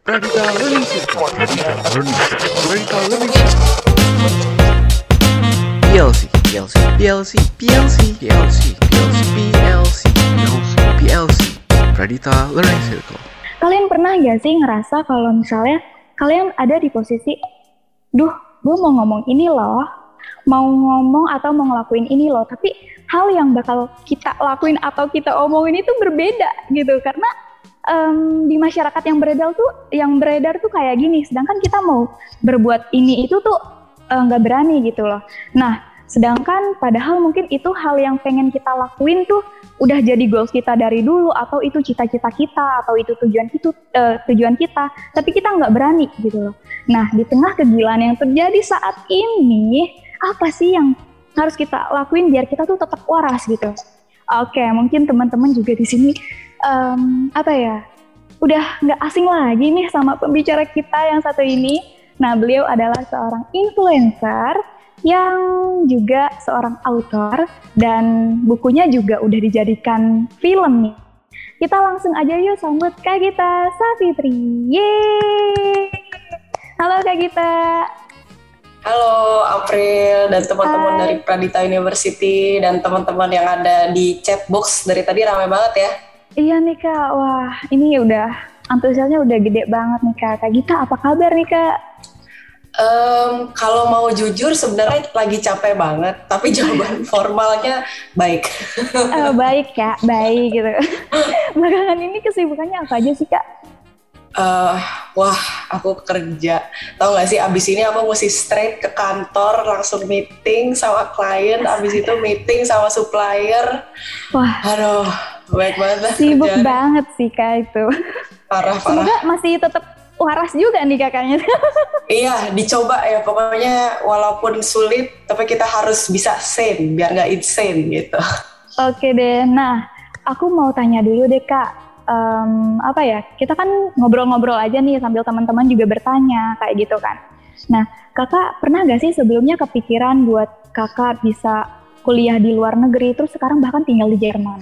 Radika Learning Circle. Radika Learning Circle. Radika Learning Circle. PLC, PLC, PLC, PLC, PLC, PLC, PLC, PLC, PLC. Radika Learning Circle. Kalian pernah gak sih ngerasa kalau misalnya kalian ada di posisi, gue mau ngomong ini loh, mau ngomong atau mau ngelakuin ini loh, tapi hal yang bakal kita lakuin atau kita omongin itu berbeda gitu, karena di masyarakat yang beredar tuh kayak gini, sedangkan kita mau berbuat ini itu tuh nggak berani gitu loh. Nah, sedangkan padahal mungkin itu hal yang pengen kita lakuin tuh udah jadi goals kita dari dulu, atau itu cita-cita kita, atau itu tujuan kita, tapi kita nggak berani gitu loh. Nah, di tengah kegilaan yang terjadi saat ini, apa sih yang harus kita lakuin biar kita tuh tetap waras gitu? Oke, mungkin teman-teman juga di sini udah nggak asing lagi nih sama pembicara kita yang satu ini. Nah, beliau adalah seorang influencer yang juga seorang author, dan bukunya juga udah dijadikan film nih. Kita langsung aja yuk sambut Kak Gita Savitri. Yeay! Halo Kak Gita. Halo April dan teman-teman dari Pradita University dan teman-teman yang ada di chat box dari tadi ramai banget ya. Iya nih Kak, wah ini udah antusiasnya udah gede banget nih Kak. Kak Gita apa kabar nih Kak? Kalau mau jujur sebenarnya lagi capek banget, tapi jawaban formalnya baik. Baik Kak, baik gitu. Belakangan ini kesibukannya apa aja sih Kak? Wah, aku kerja. Tahu nggak sih, abis ini aku mesti straight ke kantor, langsung meeting sama klien, abis itu meeting sama supplier. Wah, aduh, baik banget. Sibuk banget sih Kak itu. Parah. Semoga masih tetap waras juga nih kakaknya. Iya, dicoba ya. Pokoknya walaupun sulit, tapi kita harus bisa sane, biar nggak insane gitu. Oke deh, nah aku mau tanya dulu deh Kak. Kita kan ngobrol-ngobrol aja nih sambil teman-teman juga bertanya kayak gitu kan. Nah, kakak pernah gak sih sebelumnya kepikiran buat kakak bisa kuliah di luar negeri, terus sekarang bahkan tinggal di Jerman?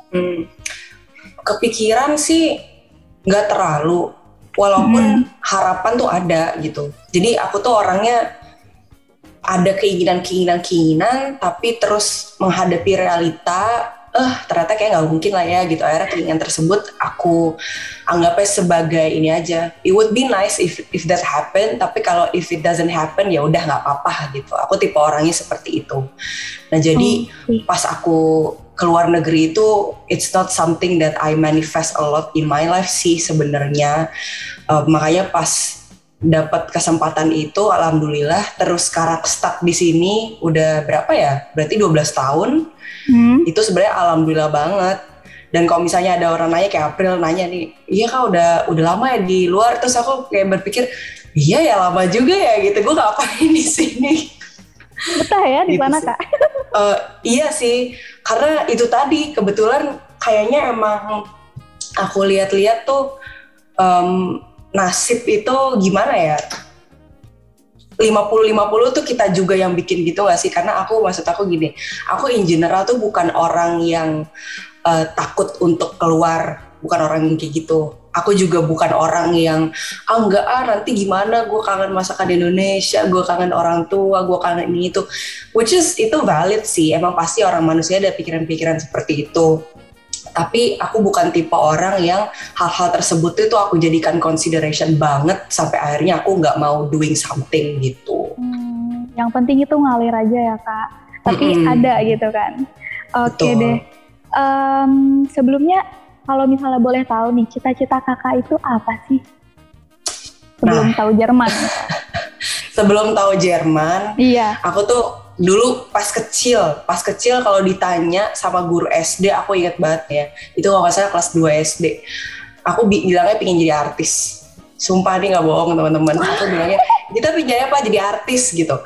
Kepikiran sih nggak terlalu, walaupun harapan tuh ada gitu. Jadi aku tuh orangnya ada keinginan, tapi terus menghadapi realita, ternyata kayak nggak mungkin lah ya gitu. Akhirnya keinginan tersebut aku anggapnya sebagai ini aja. It would be nice if that happen, tapi kalau if it doesn't happen ya udah nggak apa-apa gitu. Aku tipe orangnya seperti itu. Nah jadi pas aku keluar negeri itu, it's not something that I manifest a lot in my life sih sebenarnya. Makanya pas dapat kesempatan itu, alhamdulillah. Terus sekarang stuck di sini udah berapa ya? Berarti 12 tahun. Itu sebenarnya alhamdulillah banget. Dan kalau misalnya ada orang nanya, kayak April nanya nih, iya Kak udah lama ya di luar, terus aku kayak berpikir, iya ya lama juga ya gitu, gue ngapain di sini? Betah ya di sana Kak? Iya sih, karena itu tadi kebetulan kayaknya emang aku lihat-lihat tuh nasib itu gimana ya? 50-50 tuh kita juga yang bikin gitu gak sih? Karena maksud aku gini, aku in general tuh bukan orang yang takut untuk keluar, bukan orang yang kayak gitu. Aku juga bukan orang yang nanti gimana, gue kangen masakan Indonesia, gue kangen orang tua, gue kangen ini itu. Which is itu valid sih, emang pasti orang manusia ada pikiran-pikiran seperti itu. Tapi aku bukan tipe orang yang hal-hal tersebut itu aku jadikan consideration banget sampai akhirnya aku nggak mau doing something gitu. Yang penting itu ngalir aja ya Kak. Tapi ada gitu kan. Oke deh. Sebelumnya kalau misalnya boleh tahu nih, cita-cita kakak itu apa sih? Sebelum tahu Jerman. Sebelum tahu Jerman, iya. Aku tuh dulu pas kecil kalau ditanya sama guru SD, aku inget banget ya, itu kalau nggak salah kelas 2 SD, aku bilangnya pengen jadi artis. Sumpah nih nggak bohong teman-teman, aku bilangnya kita pinginnya apa, jadi artis gitu.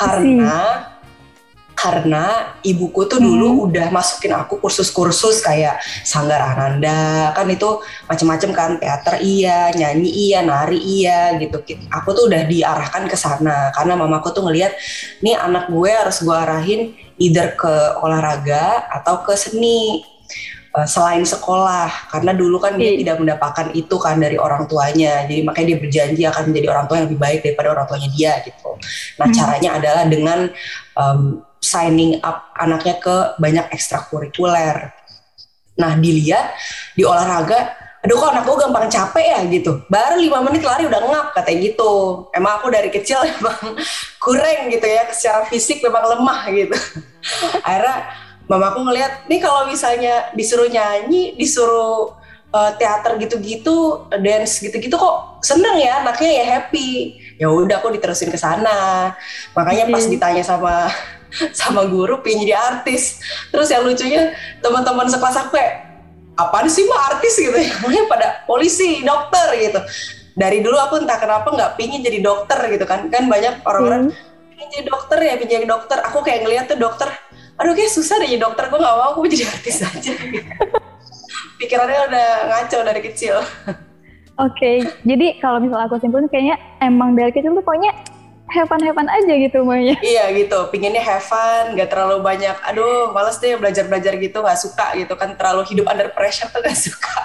Karena ibuku tuh dulu udah masukin aku kursus-kursus kayak Sanggar Ananda, kan itu macam-macam kan, teater iya, nyanyi iya, nari iya gitu. Aku tuh udah diarahkan ke sana karena mamaku tuh ngelihat nih anak gue harus gue arahin either ke olahraga atau ke seni. selain sekolah, karena dulu kan dia tidak mendapatkan itu kan dari orang tuanya, jadi makanya dia berjanji akan menjadi orang tua yang lebih baik daripada orang tuanya dia gitu. Nah caranya adalah dengan signing up anaknya ke banyak ekstrakurikuler. Nah dilihat di olahraga, aduh kok anak gue gampang capek ya gitu, baru 5 menit lari udah ngap katanya gitu. Emang aku dari kecil emang kurang gitu ya, secara fisik memang lemah gitu. Akhirnya mamaku ngelihat nih kalau misalnya disuruh nyanyi, disuruh teater gitu-gitu, dance gitu-gitu kok seneng ya anaknya, ya happy. Ya udah aku diterusin ke sana. Makanya pas ditanya sama guru pengen jadi artis. Terus yang lucunya teman-teman sekelas aku kayak, apaan sih mah artis gitu ya? Makanya pada polisi, dokter gitu. Dari dulu aku entah kenapa nggak pingin jadi dokter gitu kan. Kan banyak orang-orang pingin jadi dokter ya, pingin jadi dokter. Aku kayak ngeliat tuh dokter, aduh kayak susah deh jadi dokter, gue gak mau, aku jadi artis aja. Pikirannya udah ngaco dari kecil. Oke, jadi kalau misalnya aku simpulin kayaknya emang dari kecil tuh pokoknya have fun aja gitu maunya. Iya gitu, pinginnya have fun, gak terlalu banyak, aduh males deh belajar-belajar gitu, gak suka gitu kan, terlalu hidup under pressure tuh gak suka.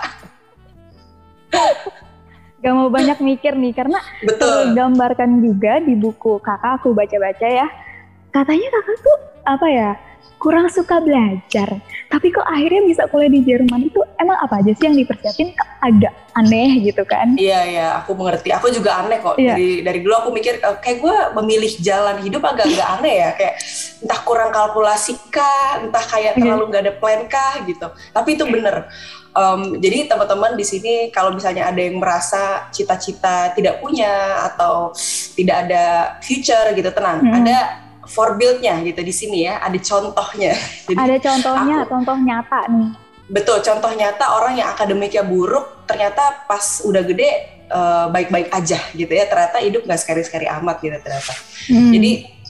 Gak mau banyak mikir nih, karena tergambarkan juga di buku kakak aku baca-baca ya, katanya kakak tuh apa ya, kurang suka belajar, tapi kok akhirnya bisa kuliah di Jerman. Itu emang apa aja sih yang dipersiapin? Agak aneh gitu kan? Iya, aku mengerti. Aku juga aneh kok. Dari dulu aku mikir, kayak gue memilih jalan hidup agak-agak aneh ya. Kayak entah kurang kalkulasi kah, entah kayak terlalu gak ada plan kah gitu. Tapi itu bener. Jadi teman-teman di sini kalau misalnya ada yang merasa cita-cita tidak punya atau tidak ada future gitu, tenang. Ada for build-nya gitu di sini ya, ada contohnya. Jadi ada contohnya, contoh nyata nih. Betul, contoh nyata orang yang akademiknya buruk, ternyata pas udah gede baik-baik aja gitu ya. Ternyata hidup nggak scary-scary amat gitu ternyata. Jadi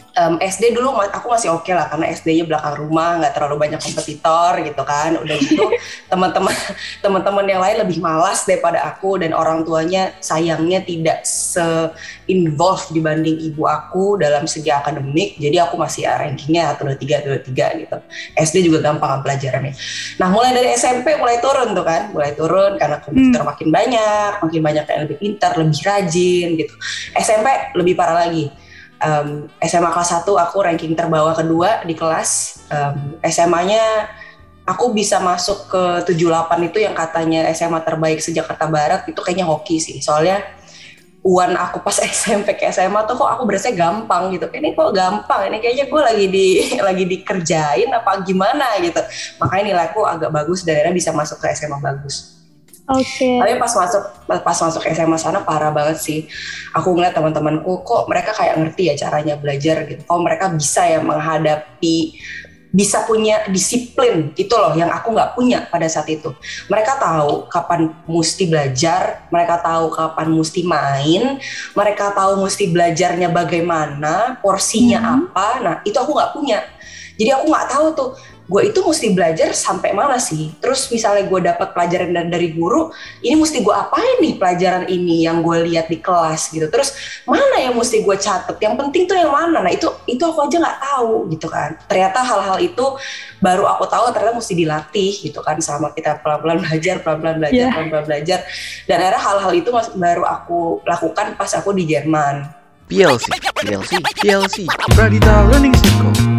SD dulu aku masih oke lah, karena SD-nya belakang rumah, nggak terlalu banyak kompetitor gitu kan. Udah gitu teman-teman yang lain lebih malas daripada aku, dan orang tuanya sayangnya tidak se-involve dibanding ibu aku dalam segi akademik. Jadi aku masih rankingnya 1, 2, 3 gitu. SD juga gampang pelajarannya. Nah mulai dari SMP mulai turun tuh kan, karena komputer makin banyak yang lebih pintar, lebih rajin gitu. SMP lebih parah lagi. SMA kelas 1 aku ranking terbawah kedua di kelas. SMA-nya aku bisa masuk ke 78 itu yang katanya SMA terbaik sejak Jakarta Barat. Itu kayaknya hoki sih, soalnya UAN aku pas SMP ke SMA tuh kok aku berasa gampang gitu. Ini kok gampang, ini kayaknya gue lagi dikerjain apa gimana gitu. Makanya nilaiku agak bagus, daerah bisa masuk ke SMA bagus. Oke. Tapi pas masuk SMA sana parah banget sih. Aku ngeliat teman-temanku kok mereka kayak ngerti ya caranya belajar gitu. Kok mereka bisa ya menghadapi, bisa punya disiplin itu loh yang aku nggak punya pada saat itu. Mereka tahu kapan mesti belajar, mereka tahu kapan mesti main, mereka tahu mesti belajarnya bagaimana, porsinya apa. Nah itu aku nggak punya. Jadi aku nggak tahu tuh, gue itu mesti belajar sampai mana sih. Terus misalnya gue dapat pelajaran dari guru, ini mesti gue apain nih pelajaran ini yang gue lihat di kelas gitu. Terus mana yang mesti gue catat, yang penting tuh yang mana. Nah itu aku aja nggak tahu gitu kan. Ternyata hal-hal itu baru aku tahu ternyata mesti dilatih gitu kan, sama kita pelan-pelan belajar. Dan akhirnya hal-hal itu baru aku lakukan pas aku di Jerman. PLC, Pradita Learning Circle.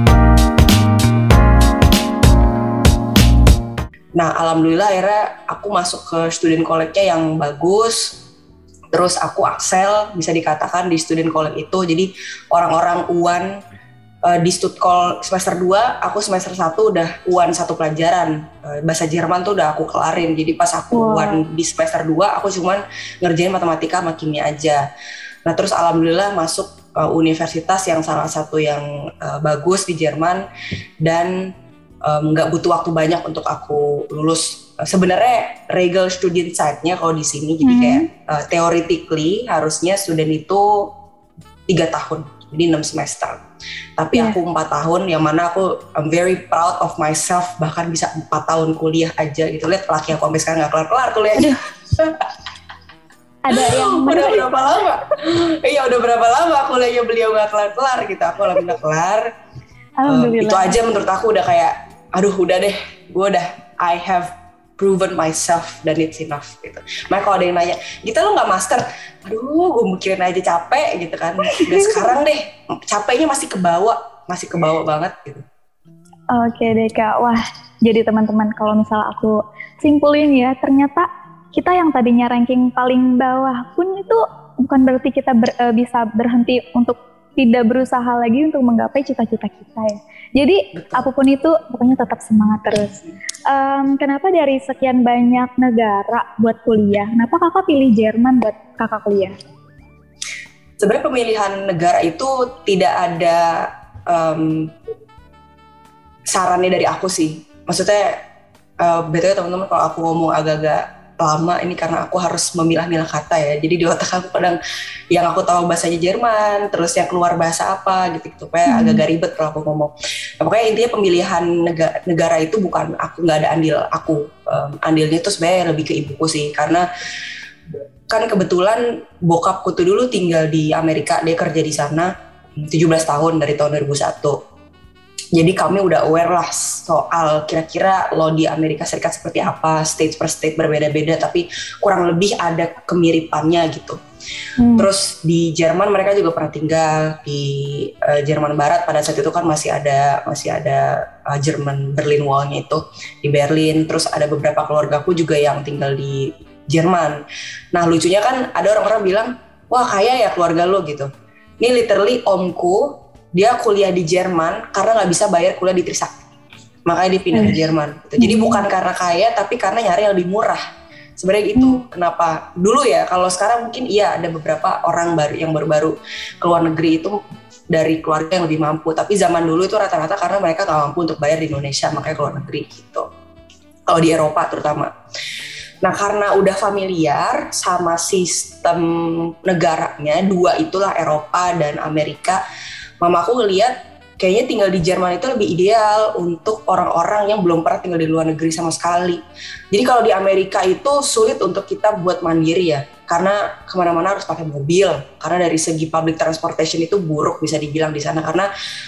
Nah, alhamdulillah akhirnya aku masuk ke student college-nya yang bagus. Terus aku Axel, bisa dikatakan di student college itu. Jadi orang-orang UAN di Stutkol semester 2, aku semester 1 udah UAN 1 pelajaran. Bahasa Jerman tuh udah aku kelarin. Jadi pas aku UAN di semester 2, aku cuman ngerjain matematika sama kimia aja. Nah, terus alhamdulillah masuk universitas yang salah satu yang bagus di Jerman, dan nggak butuh waktu banyak untuk aku lulus. Sebenarnya Regel Studienzeit-nya kalau di sini, jadi kayak theoretically harusnya student itu 3 tahun, jadi 6 semester. Tapi aku 4 tahun, yang mana aku I'm very proud of myself, bahkan bisa 4 tahun kuliah aja gitu. Lihat laki aku sampai sekarang nggak kelar-kelar kuliahnya. Ada yang udah berapa lama? Iya udah berapa lama kuliahnya beliau nggak kelar-kelar gitu. Aku alhamdulillah kelar. Alhamdulillah. Itu aja menurut aku udah kayak, aduh udah deh, gue udah I have proven myself dan it's enough gitu. Makanya kalau ada yang nanya, Gita lo nggak masker? Aduh, gue mikirin aja capek gitu kan. Dan sekarang deh, capeknya masih kebawa banget gitu. Oke deh Kak, wah jadi teman-teman kalau misal aku simpulin ya, ternyata kita yang tadinya ranking paling bawah pun itu bukan berarti kita bisa berhenti untuk tidak berusaha lagi untuk menggapai cita-cita kita ya. Jadi betul. Apapun itu pokoknya tetap semangat terus. Kenapa dari sekian banyak negara buat kuliah, kenapa kakak pilih Jerman buat kakak kuliah? Sebenarnya pemilihan negara itu tidak ada sarannya dari aku sih. Maksudnya betul teman-teman kalau aku ngomong agak-agak lama ini karena aku harus memilah-milah kata ya. Jadi di otak aku kadang yang aku tahu bahasanya Jerman, terus yang keluar bahasa apa gitu-gitu. Kayak agak-agak ribet kalau aku ngomong. Nah, pokoknya intinya pemilihan negara itu bukan aku, nggak ada andil aku. Andilnya itu sebenarnya lebih ke ibuku sih. Karena kan kebetulan bokapku tuh dulu tinggal di Amerika, dia kerja di sana 17 tahun dari tahun 2001. Jadi kami udah aware lah soal kira-kira law di Amerika Serikat seperti apa, state per state berbeda-beda, tapi kurang lebih ada kemiripannya gitu. Terus di Jerman mereka juga pernah tinggal di Jerman Barat pada saat itu kan masih ada Jerman Berlin Wall-nya itu di Berlin. Terus ada beberapa keluargaku juga yang tinggal di Jerman. Nah lucunya kan ada orang-orang bilang, wah kaya ya keluarga lo gitu. Ini literally omku, dia kuliah di Jerman karena nggak bisa bayar kuliah di Trisakti, makanya dia pindah ke Jerman. Gitu. Jadi bukan karena kaya, tapi karena nyari yang lebih murah. Sebenarnya gitu. Kenapa? Dulu ya, kalau sekarang mungkin iya ada beberapa orang yang baru-baru ke luar negeri itu dari keluarga yang lebih mampu. Tapi zaman dulu itu rata-rata karena mereka nggak mampu untuk bayar di Indonesia, makanya ke luar negeri gitu. Kalau di Eropa terutama. Nah karena udah familiar sama sistem negaranya, dua itulah Eropa dan Amerika, mamaku ngelihat kayaknya tinggal di Jerman itu lebih ideal untuk orang-orang yang belum pernah tinggal di luar negeri sama sekali. Jadi kalau di Amerika itu sulit untuk kita buat mandiri ya, karena kemana-mana harus pakai mobil. Karena dari segi public transportation itu buruk bisa dibilang di sana, karena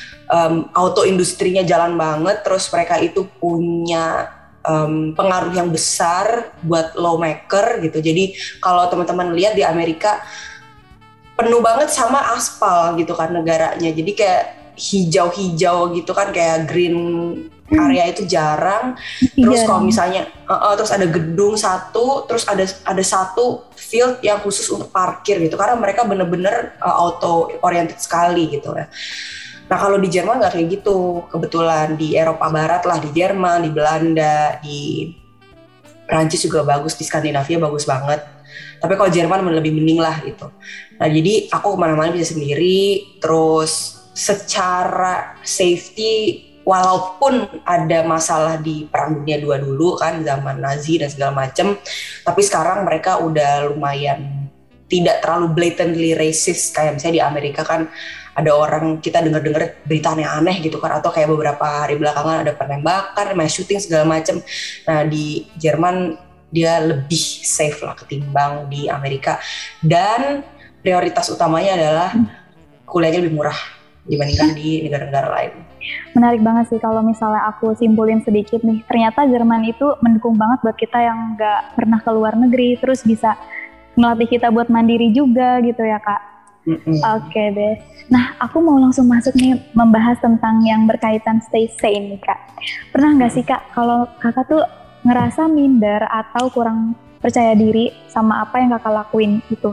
auto industrinya jalan banget, terus mereka itu punya pengaruh yang besar buat lawmaker gitu. Jadi kalau teman-teman lihat di Amerika penuh banget sama aspal gitu kan negaranya, jadi kayak hijau-hijau gitu kan, kayak green area itu jarang. Terus kalau misalnya terus ada gedung satu, terus ada satu field yang khusus untuk parkir gitu, karena mereka bener-bener auto oriented sekali gitu ya. Nah kalau di Jerman nggak kayak gitu, kebetulan di Eropa Barat lah, di Jerman, di Belanda, di Prancis juga bagus, di Skandinavia bagus banget. Tapi kalau Jerman lebih mending lah gitu. Nah jadi aku kemana-mana bisa sendiri. Terus secara safety, walaupun ada masalah di Perang Dunia II dulu kan, zaman Nazi dan segala macem, tapi sekarang mereka udah lumayan tidak terlalu blatantly racist. Kayak misalnya di Amerika kan ada orang, kita dengar-dengar berita aneh gitu kan, atau kayak beberapa hari belakangan ada penembakan, mass shooting segala macem. Nah di Jerman dia lebih safe lah ketimbang di Amerika, dan prioritas utamanya adalah kuliahnya lebih murah dibandingkan di negara-negara lain. Menarik banget sih kalau misalnya aku simpulin sedikit nih, ternyata Jerman itu mendukung banget buat kita yang nggak pernah ke luar negeri, terus bisa melatih kita buat mandiri juga gitu ya Kak. Oke deh. Nah aku mau langsung masuk nih membahas tentang yang berkaitan stay sane nih Kak. Pernah nggak sih Kak kalau kakak tuh ngerasa minder atau kurang percaya diri sama apa yang kakak lakuin itu?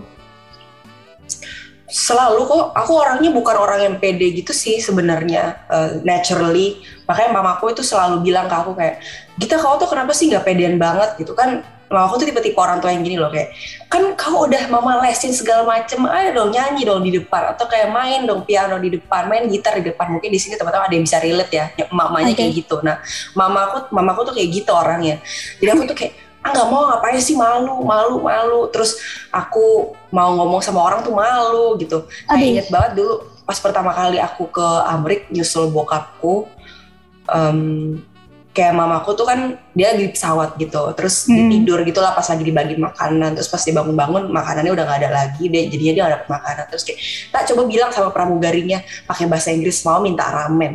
Selalu kok, aku orangnya bukan orang yang pede gitu sih sebenarnya, naturally. Makanya mamaku itu selalu bilang ke aku kayak, Gita kau tuh kenapa sih nggak pedean banget gitu kan? Mamaku tuh tipe-tipe orang tua yang gini loh, kayak kan kau udah mama lesin segala macem, ayo dong nyanyi dong di depan, atau kayak main dong piano di depan, main gitar di depan. Mungkin di sini teman-teman ada yang bisa relate ya, mamanya kayak gitu. Nah mamaku tuh kayak gitu orangnya. Jadi aku tuh kayak nggak mau, ngapain sih, malu. Terus aku mau ngomong sama orang tuh malu gitu. Kayak inget banget dulu pas pertama kali aku ke Amrik nyusul bokapku, kayak mamaku tuh kan dia di pesawat gitu, terus tidur gitu lah pas lagi dibagi makanan, terus pas dia bangun makanannya udah nggak ada lagi, jadinya dia nggak dapet makanan. Terus kayak tak coba bilang sama pramugarinya pakai bahasa Inggris mau minta ramen gitu.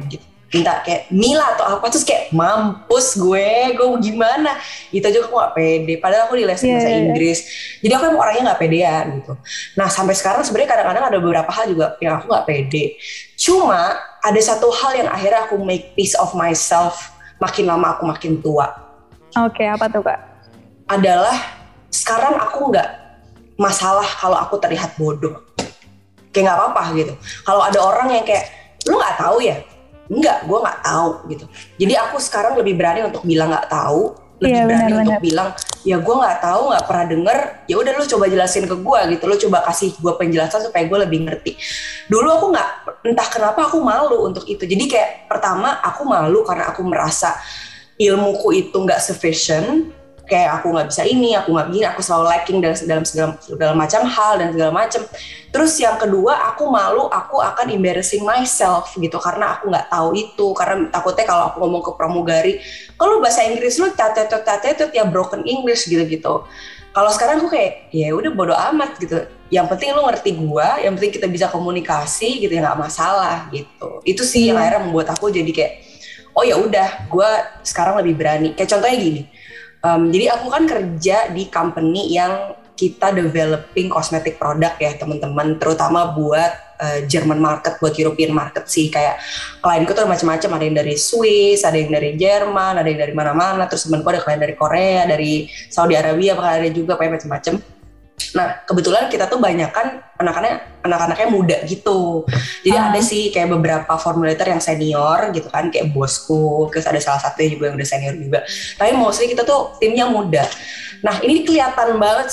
minta kayak Mila atau apa, terus kayak mampus gue gimana, itu aja aku gak pede, padahal aku di les bahasa Inggris, jadi aku emang orangnya gak pedean gitu. Nah sampai sekarang sebenarnya kadang-kadang ada beberapa hal juga yang aku gak pede, cuma ada satu hal yang akhirnya aku make peace of myself makin lama aku makin tua. Oke, apa tuh Kak? Adalah sekarang aku gak masalah kalau aku terlihat bodoh, kayak gak apa-apa gitu. Kalau ada orang yang kayak, lu gak tahu ya? Enggak, gue gak tahu gitu. Jadi aku sekarang lebih berani untuk bilang gak tahu, lebih berani untuk bilang, ya gue gak tahu, gak pernah denger, ya udah lu coba jelasin ke gue gitu, lu coba kasih gue penjelasan supaya gue lebih ngerti. Dulu aku gak, entah kenapa aku malu untuk itu. Jadi kayak pertama aku malu karena aku merasa ilmuku itu gak sufficient, kayak aku nggak bisa ini, aku nggak begini, aku selalu lacking dalam segala macam hal dan segala macam. Terus yang kedua, aku malu, aku akan embarrassing myself gitu karena aku nggak tahu itu, karena takutnya kalau aku ngomong ke pramugari, kalau bahasa Inggris lu tatetot ya broken English gitu. Kalau sekarang aku kayak ya udah bodo amat gitu. Yang penting lu ngerti gua, yang penting kita bisa komunikasi gitu ya, nggak masalah gitu. Itu sih yang akhirnya membuat aku jadi kayak oh ya udah, gua sekarang lebih berani. Kayak contohnya gini. Jadi aku kan kerja di company yang kita developing cosmetic product ya teman-teman, terutama buat German market, buat European market sih. Kayak klienku tuh macam-macam, ada yang dari Swiss, ada yang dari Jerman, ada yang dari mana-mana. Terus temanku ada klien dari Korea, dari Saudi Arabia, bahkan ada juga kayak macam-macam. Nah kebetulan kita tuh banyak kan anak-anaknya muda gitu. Jadi ada sih kayak beberapa formulator yang senior gitu kan, kayak bosku, terus ada salah satu juga yang udah senior juga. Tapi mostly kita tuh timnya muda. Nah ini kelihatan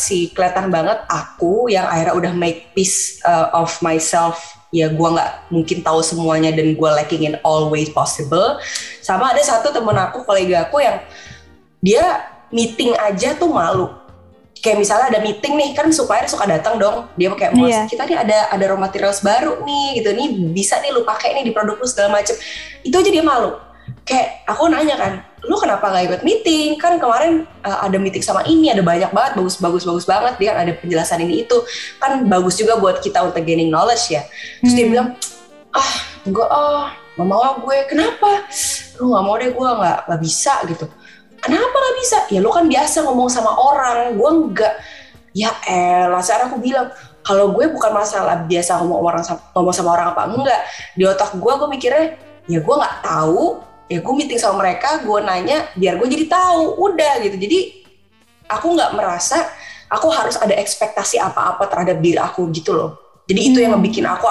banget aku yang akhirnya udah make peace of myself. Ya gue gak mungkin tahu semuanya dan gue lacking in all ways possible. Sama ada satu temen aku, kolega aku yang dia meeting aja tuh malu. Kayak misalnya ada meeting nih, kan supplier suka datang dong, dia kayak kita nih ada raw materials baru nih gitu, nih bisa nih lu pakai nih di produk lu segala macem. Itu aja dia malu. Kayak aku nanya kan, lu kenapa gak ikut meeting? Kan kemarin ada meeting sama ini, ada banyak banget, bagus banget, dia ada penjelasan ini itu, kan bagus juga buat kita untuk gaining knowledge ya. Terus dia bilang, enggak gak mau gue. Kenapa? Lu gak mau deh, gue gak bisa gitu. Kenapa gak bisa? Ya lu kan biasa ngomong sama orang, gue enggak. Ya elah, sekarang aku bilang, kalau gue bukan masalah biasa ngomong sama orang apa enggak. Di otak gue mikirnya, ya gue gak tahu, ya gue meeting sama mereka, gue nanya, biar gue jadi tahu, udah gitu. Jadi aku gak merasa, aku harus ada ekspektasi apa-apa terhadap diri aku gitu loh. Jadi itu yang ngebikin aku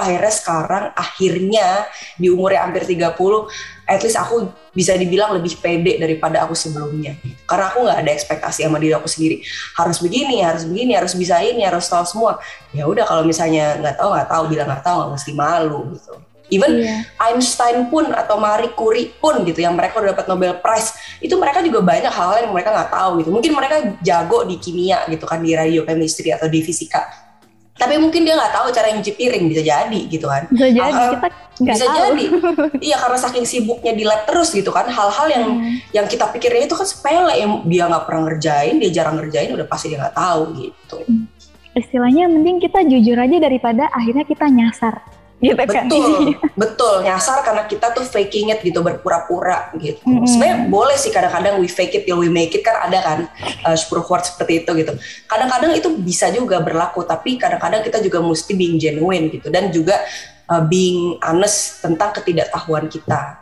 akhirnya di umur yang hampir 30, at least aku bisa dibilang lebih pede daripada aku sebelumnya. Karena aku gak ada ekspektasi sama diri aku sendiri. Harus begini, harus bisa ini, harus tahu semua. Ya udah kalau misalnya gak tahu, bilang gak tahu, gak mesti malu gitu. Even Einstein pun atau Marie Curie pun gitu, yang mereka udah dapat Nobel Prize, itu mereka juga banyak hal yang mereka gak tahu gitu. Mungkin mereka jago di kimia gitu kan, di radiochemistry atau di fisika. Tapi mungkin dia nggak tahu cara nyuci piring, bisa jadi gitu kan. Bisa jadi, kita nggak tahu. Jadi, iya karena saking sibuknya di lab terus gitu kan. Hal-hal yang kita pikirnya itu kan sepele, yang dia nggak pernah ngerjain, dia jarang ngerjain, udah pasti dia nggak tahu gitu. Istilahnya mending kita jujur aja daripada akhirnya kita nyasar. Gitu kan? Betul, nyasar karena kita tuh faking it gitu, berpura-pura gitu. Sebenarnya boleh sih kadang-kadang we fake it till we make it, kan ada kan 10 quotes seperti itu gitu. Kadang-kadang itu bisa juga berlaku, tapi kadang-kadang kita juga mesti being genuine gitu, dan juga being honest tentang ketidaktahuan kita.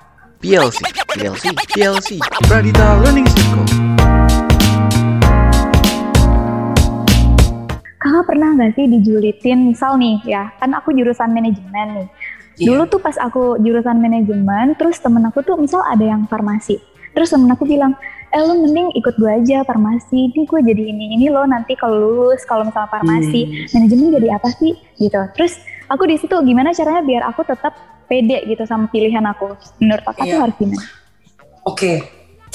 PLC, Pradita Learning Circle. Kakak pernah nggak sih dijulitin, misal nih ya, kan aku jurusan manajemen nih. Dulu tuh pas aku jurusan manajemen, terus temen aku tuh misal ada yang farmasi. Terus temen aku bilang, lu mending ikut gue aja farmasi, nih gue jadi ini loh nanti kalau lulus, kalau misalnya farmasi, manajemen jadi apa sih gitu. Terus aku di situ gimana caranya biar aku tetap pede gitu sama pilihan aku. Menurut kakak tuh harus gimana? Oke.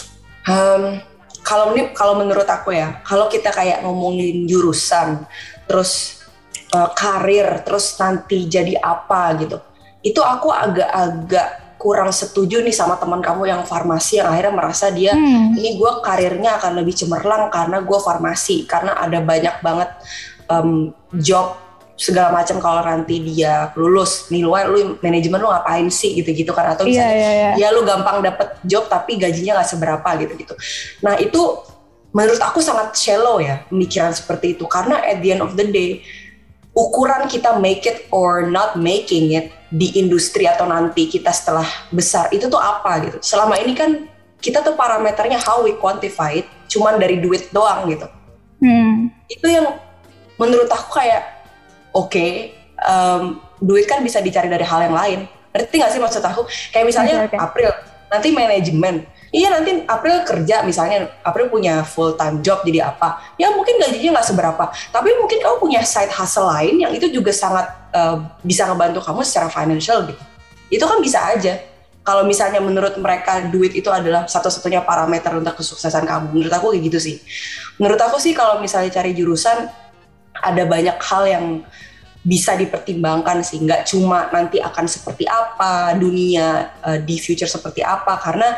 Kalau menurut aku ya, kalau kita kayak ngomongin jurusan, terus karir, terus nanti jadi apa gitu, itu aku agak-agak kurang setuju nih sama teman kamu yang farmasi yang akhirnya merasa dia ini gue karirnya akan lebih cemerlang karena gue farmasi, karena ada banyak banget job segala macam kalau nanti dia lulus nih, lu manajemen lu ngapain sih gitu-gitu kan, atau misalnya ya lu gampang dapet job tapi gajinya nggak seberapa gitu-gitu. Nah itu menurut aku sangat shallow ya pemikiran seperti itu, karena at the end of the day ukuran kita make it or not making it di industri atau nanti kita setelah besar itu tuh apa gitu. Selama ini kan kita tuh parameternya how we quantify it cuman dari duit doang gitu. Itu yang menurut aku kayak Oke, duit kan bisa dicari dari hal yang lain. Ngerti gak sih maksud aku? Kayak misalnya April, nanti manajemen. Iya nanti April kerja, misalnya April punya full time job jadi apa. Ya mungkin gajinya gak seberapa. Tapi mungkin kamu punya side hustle lain yang itu juga sangat bisa ngebantu kamu secara financial gitu. Itu kan bisa aja. Kalau misalnya menurut mereka duit itu adalah satu-satunya parameter untuk kesuksesan kamu. Menurut aku kayak gitu sih. Menurut aku sih kalau misalnya cari jurusan, ada banyak hal yang bisa dipertimbangkan sih, nggak cuma nanti akan seperti apa dunia di future seperti apa, karena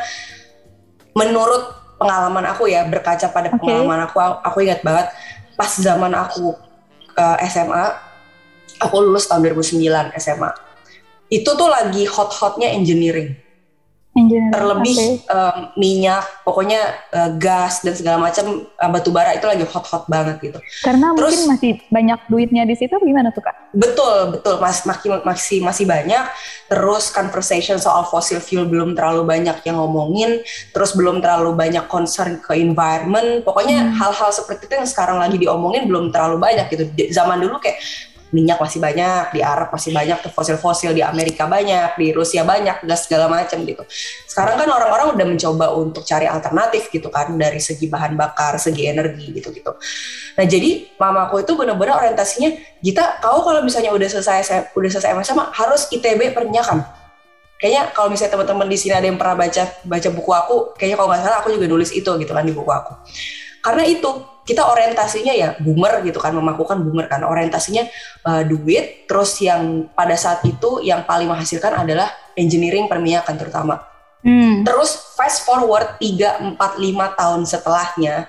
menurut pengalaman aku ya, berkaca pada pengalaman aku ingat banget pas zaman aku SMA, aku lulus tahun 2009 SMA, itu tuh lagi hot-hotnya engineering. Terlebih minyak, pokoknya gas dan segala macam, batu bara itu lagi hot-hot banget gitu. Karena terus, mungkin masih banyak duitnya di situ, gimana tuh Kak? Betul, masih banyak. Terus conversation soal fossil fuel belum terlalu banyak yang ngomongin, terus belum terlalu banyak concern ke environment. Pokoknya hal-hal seperti itu yang sekarang lagi diomongin belum terlalu banyak gitu. Zaman dulu kayak minyak masih banyak, di Arab masih banyak tuh fosil-fosil, di Amerika banyak, di Rusia banyak, gas segala macam gitu. Sekarang kan orang-orang udah mencoba untuk cari alternatif gitu kan, dari segi bahan bakar, segi energi gitu-gitu. Nah jadi mamaku itu benar-benar orientasinya, Gita, kau kalau misalnya udah selesai SMA harus ITB perminyakan. Kayaknya kalau misalnya teman-teman di sini ada yang pernah baca buku aku, kayaknya kalau nggak salah aku juga nulis itu gitu kan di buku aku. Karena itu kita orientasinya ya boomer gitu kan, mamaku kan boomer kan, orientasinya duit, terus yang pada saat itu yang paling menghasilkan adalah engineering perminyakan terutama. Terus fast forward 3, 4, 5 tahun setelahnya,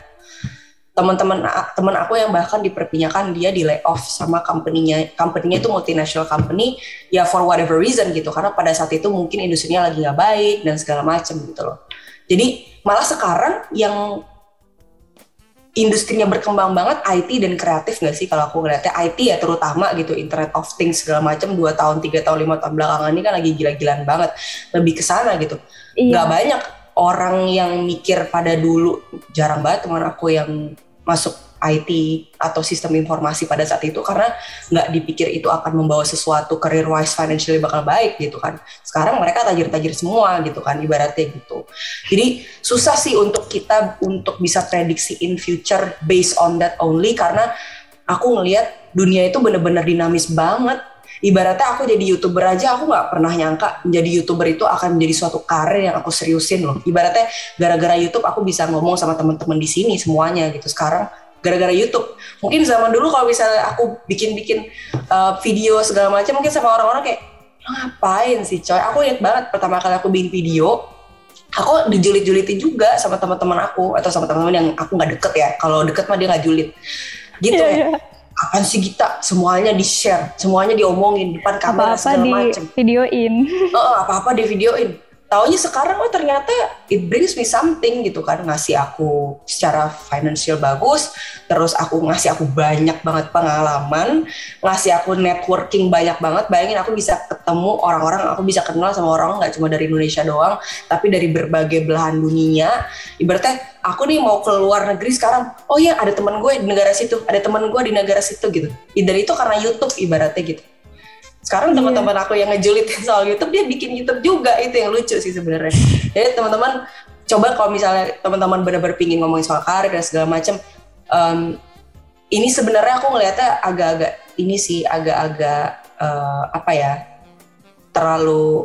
teman aku yang bahkan di perminyakan dia di layoff sama company-nya itu multinational company ya, for whatever reason gitu, karena pada saat itu mungkin industrinya lagi nggak baik dan segala macam gitu loh. Jadi malah sekarang yang industrinya berkembang banget IT dan kreatif nggak sih kalau aku ngeliatnya, IT ya terutama gitu, Internet of Things segala macam 2 tahun, 3 tahun, 5 tahun belakangan ini kan lagi gila-gilaan banget, lebih ke sana gitu. Nggak banyak orang yang mikir pada dulu, jarang banget teman aku yang masuk IT atau sistem informasi pada saat itu, karena nggak dipikir itu akan membawa sesuatu career wise financially bakal baik gitu kan. Sekarang mereka tajir-tajir semua gitu kan ibaratnya gitu. Jadi susah sih untuk kita untuk bisa prediksi in future based on that only, karena aku ngelihat dunia itu benar-benar dinamis banget. Ibaratnya aku jadi YouTuber aja, aku nggak pernah nyangka menjadi YouTuber itu akan menjadi suatu karir yang aku seriusin loh. Ibaratnya gara-gara YouTube aku bisa ngomong sama teman-teman di sini semuanya gitu. Sekarang gara-gara YouTube. Mungkin zaman dulu kalau misalnya aku bikin video segala macam, mungkin sama orang-orang kayak, ngapain sih coy? Aku ingat banget pertama kali aku bikin video, aku dijulit-julitin juga sama teman-teman aku, atau sama teman-teman yang aku nggak deket ya. Kalau deket mah dia nggak julit. Gitu ya. Apaan sih Gita? Semuanya di-share, semuanya diomongin depan kamera segala macam. Apa-apa di videoin. Apa-apa di videoin. Taunya sekarang ternyata it brings me something gitu kan, ngasih aku secara financial bagus, terus ngasih aku banyak banget pengalaman, ngasih aku networking banyak banget. Bayangin aku bisa ketemu orang-orang, aku bisa kenal sama orang nggak cuma dari Indonesia doang, tapi dari berbagai belahan dunia. Ibaratnya aku nih mau ke luar negeri sekarang, oh iya ada teman gue di negara situ, ada teman gue di negara situ gitu. Dan itu karena YouTube ibaratnya gitu. Sekarang teman-teman aku yang ngejulitin soal YouTube, dia bikin YouTube juga, itu yang lucu sih sebenarnya. Jadi teman-teman coba kalau misalnya teman-teman benar-benar pingin ngomongin soal karir dan segala macam, ini sebenarnya aku ngelihatnya agak-agak apa ya, terlalu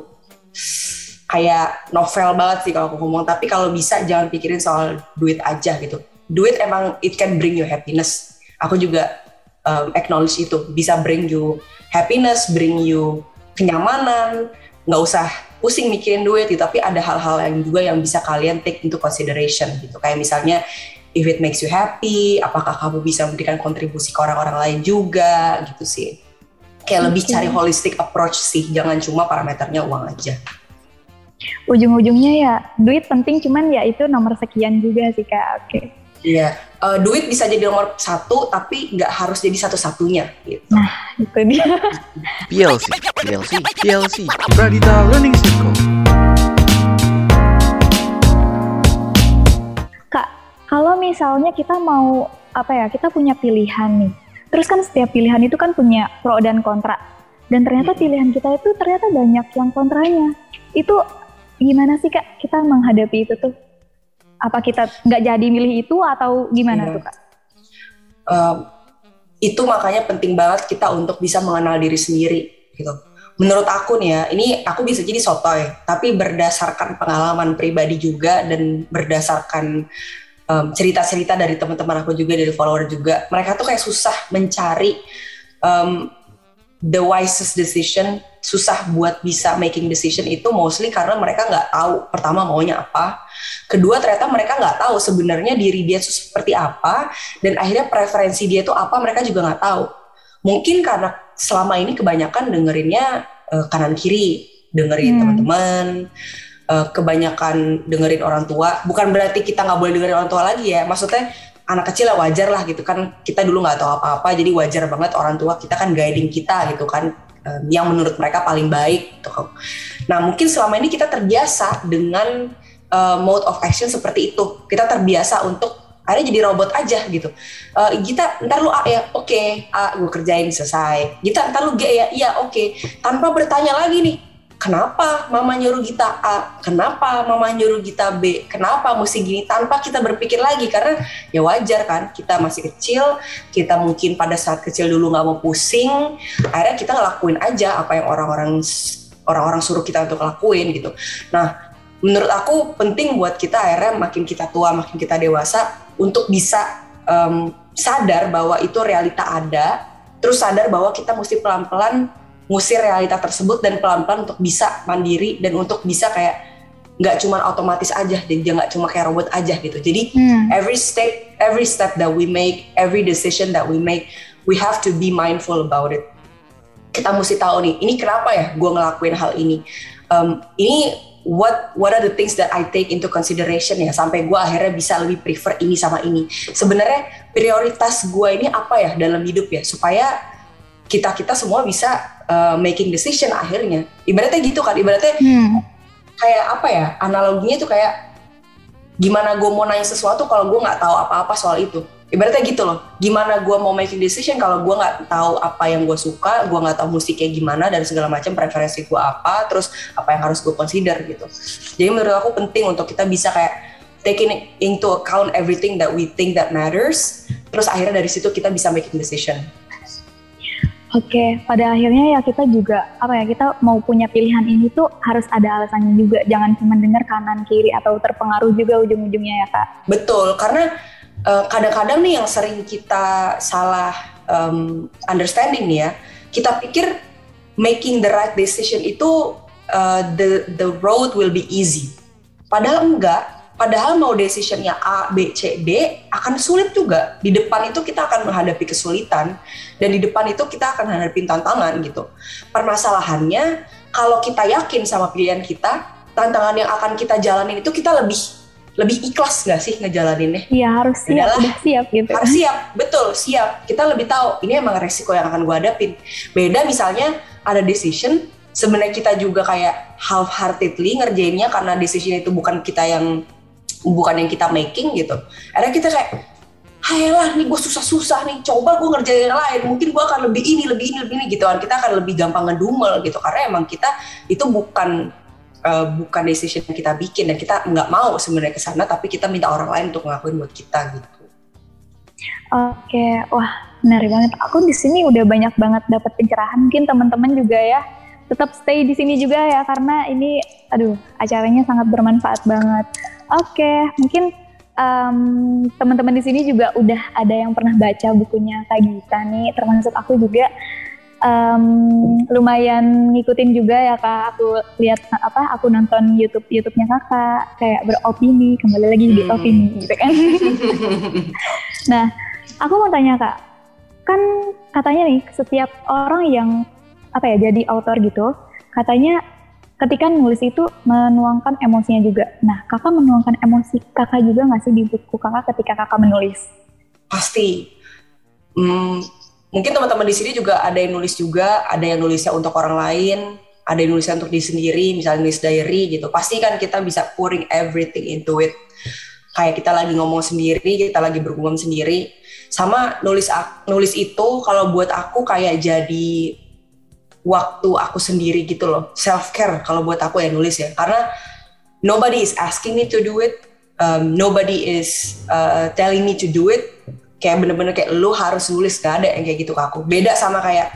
kayak novel banget sih kalau aku ngomong. Tapi kalau bisa jangan pikirin soal duit aja gitu. Duit emang it can bring you happiness. Aku juga acknowledge itu, bisa bring you happiness, bring you kenyamanan, nggak usah pusing mikirin duit, tapi ada hal-hal yang juga yang bisa kalian take into consideration gitu. Kayak misalnya, if it makes you happy, apakah kamu bisa memberikan kontribusi ke orang-orang lain juga gitu sih. kayak lebih cari holistic approach sih, jangan cuma parameternya uang aja. Ujung-ujungnya ya duit penting, cuman ya itu nomor sekian juga sih Kak. Oke. Iya, duit bisa jadi nomor satu, tapi nggak harus jadi satu-satunya gitu. Nah, itu dia. PLC, Pradita Learning Circle. Kak, kalau misalnya kita mau kita punya pilihan nih. Terus kan setiap pilihan itu kan punya pro dan kontra. Dan ternyata pilihan kita itu ternyata banyak yang kontranya. Itu gimana sih Kak kita menghadapi itu tuh? Apa kita nggak jadi milih itu atau gimana tuh Kak? Itu makanya penting banget kita untuk bisa mengenal diri sendiri gitu. Menurut aku nih ya, ini aku bisa jadi sotoy, tapi berdasarkan pengalaman pribadi juga dan berdasarkan cerita-cerita dari teman-teman aku juga, dari follower juga, mereka tuh kayak susah mencari the wisest decision, susah buat bisa making decision itu mostly karena mereka nggak tahu pertama maunya apa, kedua ternyata mereka nggak tahu sebenarnya diri dia itu seperti apa, dan akhirnya preferensi dia itu apa mereka juga nggak tahu. Mungkin karena selama ini kebanyakan dengerinnya kanan kiri, dengerin teman-teman, kebanyakan dengerin orang tua. Bukan berarti kita nggak boleh dengerin orang tua lagi ya, maksudnya anak kecil lah wajar lah gitu kan, kita dulu nggak tahu apa-apa, jadi wajar banget orang tua kita kan guiding kita gitu kan, yang menurut mereka paling baik gitu. Nah mungkin selama ini kita terbiasa dengan mode of action seperti itu, kita terbiasa untuk akhirnya jadi robot aja gitu. Gita ntar lu A ya, oke, A gue kerjain selesai. Gita ntar lu G ya, iya oke. Tanpa bertanya lagi nih, kenapa mama nyuruh Gita A, kenapa mama nyuruh Gita B, kenapa mesti gini, tanpa kita berpikir lagi, karena ya wajar kan, kita masih kecil, kita mungkin pada saat kecil dulu gak mau pusing, akhirnya kita ngelakuin aja apa yang orang-orang suruh kita untuk lakuin gitu. Nah menurut aku penting buat kita akhirnya makin kita tua, makin kita dewasa, untuk bisa sadar bahwa itu realita ada, terus sadar bahwa kita mesti pelan-pelan ngusir realita tersebut dan pelan-pelan untuk bisa mandiri dan untuk bisa kayak nggak cuma otomatis aja, jadi nggak cuma kayak robot aja gitu. Jadi every step that we make, every decision that we make, we have to be mindful about it. Kita mesti tahu nih, ini kenapa ya gue ngelakuin hal ini, ini what are the things that I take into consideration ya, sampai gue akhirnya bisa lebih prefer ini sama ini. Sebenarnya prioritas gue ini apa ya dalam hidup ya, supaya kita semua bisa making decision akhirnya. Ibaratnya gitu kan, ibaratnya kayak apa ya, analoginya tuh kayak gimana gue mau nanya sesuatu kalau gue nggak tahu apa-apa soal itu. Ibaratnya gitu loh, gimana gue mau making decision kalau gue nggak tahu apa yang gue suka, gue nggak tahu musik kayak gimana dan segala macam, preferensi gue apa, terus apa yang harus gue consider gitu. Jadi menurut aku penting untuk kita bisa kayak taking into account everything that we think that matters, terus akhirnya dari situ kita bisa making decision. Oke, pada akhirnya ya kita juga kita mau punya pilihan ini tuh harus ada alasannya juga, jangan cuma dengar kanan kiri atau terpengaruh juga ujung-ujungnya ya Kak. Betul, karena kadang-kadang nih yang sering kita salah understanding nih ya, kita pikir making the right decision itu the road will be easy, padahal enggak. Padahal mau decisionnya A, B, C, D akan sulit juga. Di depan itu kita akan menghadapi kesulitan, dan di depan itu kita akan menghadapi tantangan gitu. Permasalahannya kalau kita yakin sama pilihan kita, tantangan yang akan kita jalanin itu kita lebih ikhlas nggak sih ngejalaninnya? Iya, harus siap, udah siap gitu. Harus siap, betul, siap. Kita lebih tahu ini emang resiko yang akan gue hadapin. Beda misalnya ada decision, sebenarnya kita juga kayak half-heartedly ngerjainnya karena decision itu bukan yang kita making gitu. Akhirnya kita kayak, hayalah nih gue susah-susah nih, coba gue ngerjain yang lain, mungkin gue akan lebih ini gitu kan. Kita akan lebih gampang ngedumel gitu, karena emang kita itu bukan decision yang kita bikin, dan kita nggak mau sebenarnya ke sana, tapi kita minta orang lain untuk ngelakuin buat kita gitu. Oke, wah menarik banget. Aku di sini udah banyak banget dapat pencerahan. Mungkin teman-teman juga ya tetap stay di sini juga ya, karena ini acaranya sangat bermanfaat banget. Oke, mungkin teman-teman di sini juga udah ada yang pernah baca bukunya Kak Gita nih, termasuk aku juga lumayan ngikutin juga ya Kak. Aku lihat aku nonton YouTube-nya Kakak, kayak beropini, kembali lagi di opini gitu kan. Nah, aku mau tanya Kak, kan katanya nih setiap orang yang apa ya, jadi author gitu, katanya ketika nulis itu menuangkan emosinya juga. Nah, kakak menuangkan emosi kakak juga nggak sih di buku kakak ketika kakak menulis? Pasti. Mungkin teman-teman di sini juga ada yang nulis juga, ada yang nulisnya untuk orang lain, ada yang nulisnya untuk diri sendiri, misalnya nulis diary gitu. Pasti kan kita bisa pouring everything into it. Kayak kita lagi ngomong sendiri, kita lagi bergumam sendiri. Sama nulis itu kalau buat aku kayak jadi waktu aku sendiri gitu loh, self care kalau buat aku ya nulis ya, karena nobody is asking me to do it, nobody is telling me to do it, kayak bener-bener kayak lu harus nulis, gak ada yang kayak gitu ke aku. Beda sama kayak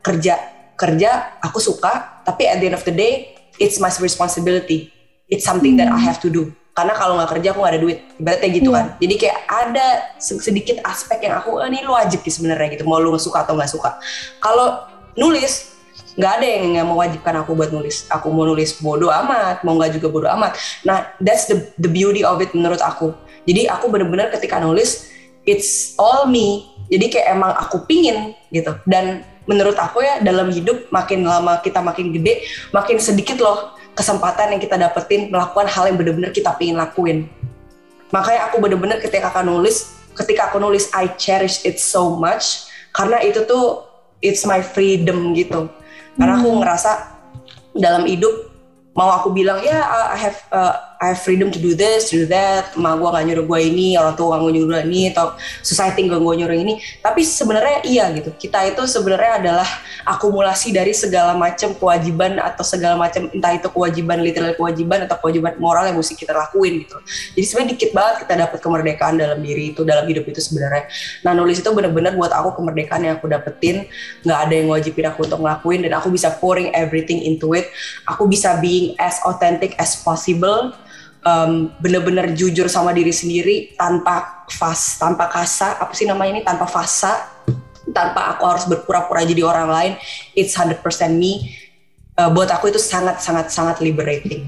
kerja aku suka, tapi at the end of the day it's my responsibility, it's something that I have to do, karena kalau nggak kerja aku nggak ada duit, ibaratnya gitu kan. Jadi kayak ada sedikit aspek yang aku ini lu wajib sih sebenarnya gitu, mau lu suka atau nggak suka. Kalau nulis nggak ada yang mewajibkan aku buat nulis. Aku mau nulis bodo amat, mau nggak juga bodo amat. Nah, that's the beauty of it menurut aku. Jadi aku benar-benar ketika nulis, it's all me. Jadi kayak emang aku pingin gitu. Dan menurut aku ya dalam hidup makin lama kita makin gede, makin sedikit loh kesempatan yang kita dapetin melakukan hal yang benar-benar kita pingin lakuin. Makanya aku benar-benar ketika aku nulis I cherish it so much, karena itu tuh it's my freedom gitu. Karena aku ngerasa dalam hidup mau aku bilang ya I have freedom to do this, to do that, emak gue gak nyuruh gue ini, orang tua gak nyuruh ini, atau society gak gue nyuruh ini. Tapi sebenarnya iya gitu, kita itu sebenarnya adalah akumulasi dari segala macam kewajiban atau segala macam, entah itu kewajiban literal kewajiban atau kewajiban moral yang mesti kita lakuin gitu. Jadi sebenarnya dikit banget kita dapat kemerdekaan dalam diri itu, dalam hidup itu sebenarnya. Nah, nulis itu benar-benar buat aku kemerdekaan yang aku dapetin, nggak ada yang wajibin aku untuk ngelakuin, dan aku bisa pouring everything into it. Aku bisa being as authentic as possible. Bener-bener jujur sama diri sendiri tanpa kasa, apa sih namanya ini, tanpa fasa, tanpa aku harus berpura-pura jadi orang lain. It's 100% me. Buat aku itu sangat liberating.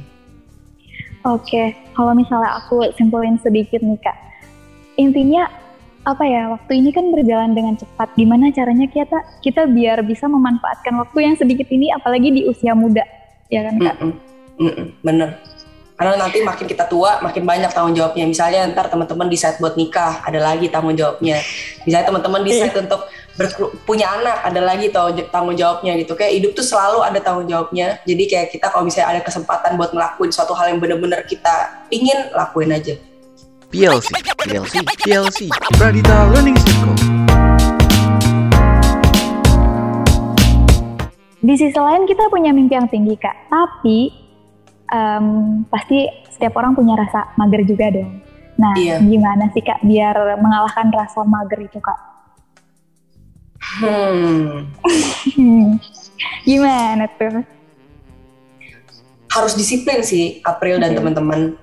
Oke, kalau misalnya aku simpulin sedikit nih Kak, intinya apa ya, waktu ini kan berjalan dengan cepat. Gimana caranya kita biar bisa memanfaatkan waktu yang sedikit ini, apalagi di usia muda, ya kan Kak? Bener. Karena nanti makin kita tua, makin banyak tanggung jawabnya. Misalnya ntar teman-teman decide buat nikah, ada lagi tanggung jawabnya. Misalnya teman-teman decide untuk punya anak, ada lagi tanggung jawabnya gitu. Kayak hidup tuh selalu ada tanggung jawabnya. Jadi kayak kita kalau misalnya ada kesempatan buat ngelakuin suatu hal yang benar-benar kita pingin, lakuin aja. PLC, Pradita Learning Circle. Di sisi lain kita punya mimpi yang tinggi Kak, tapi pasti setiap orang punya rasa mager juga dong. Nah, Gimana sih Kak biar mengalahkan rasa mager itu Kak? Gimana tuh? Harus disiplin sih, April dan teman-teman.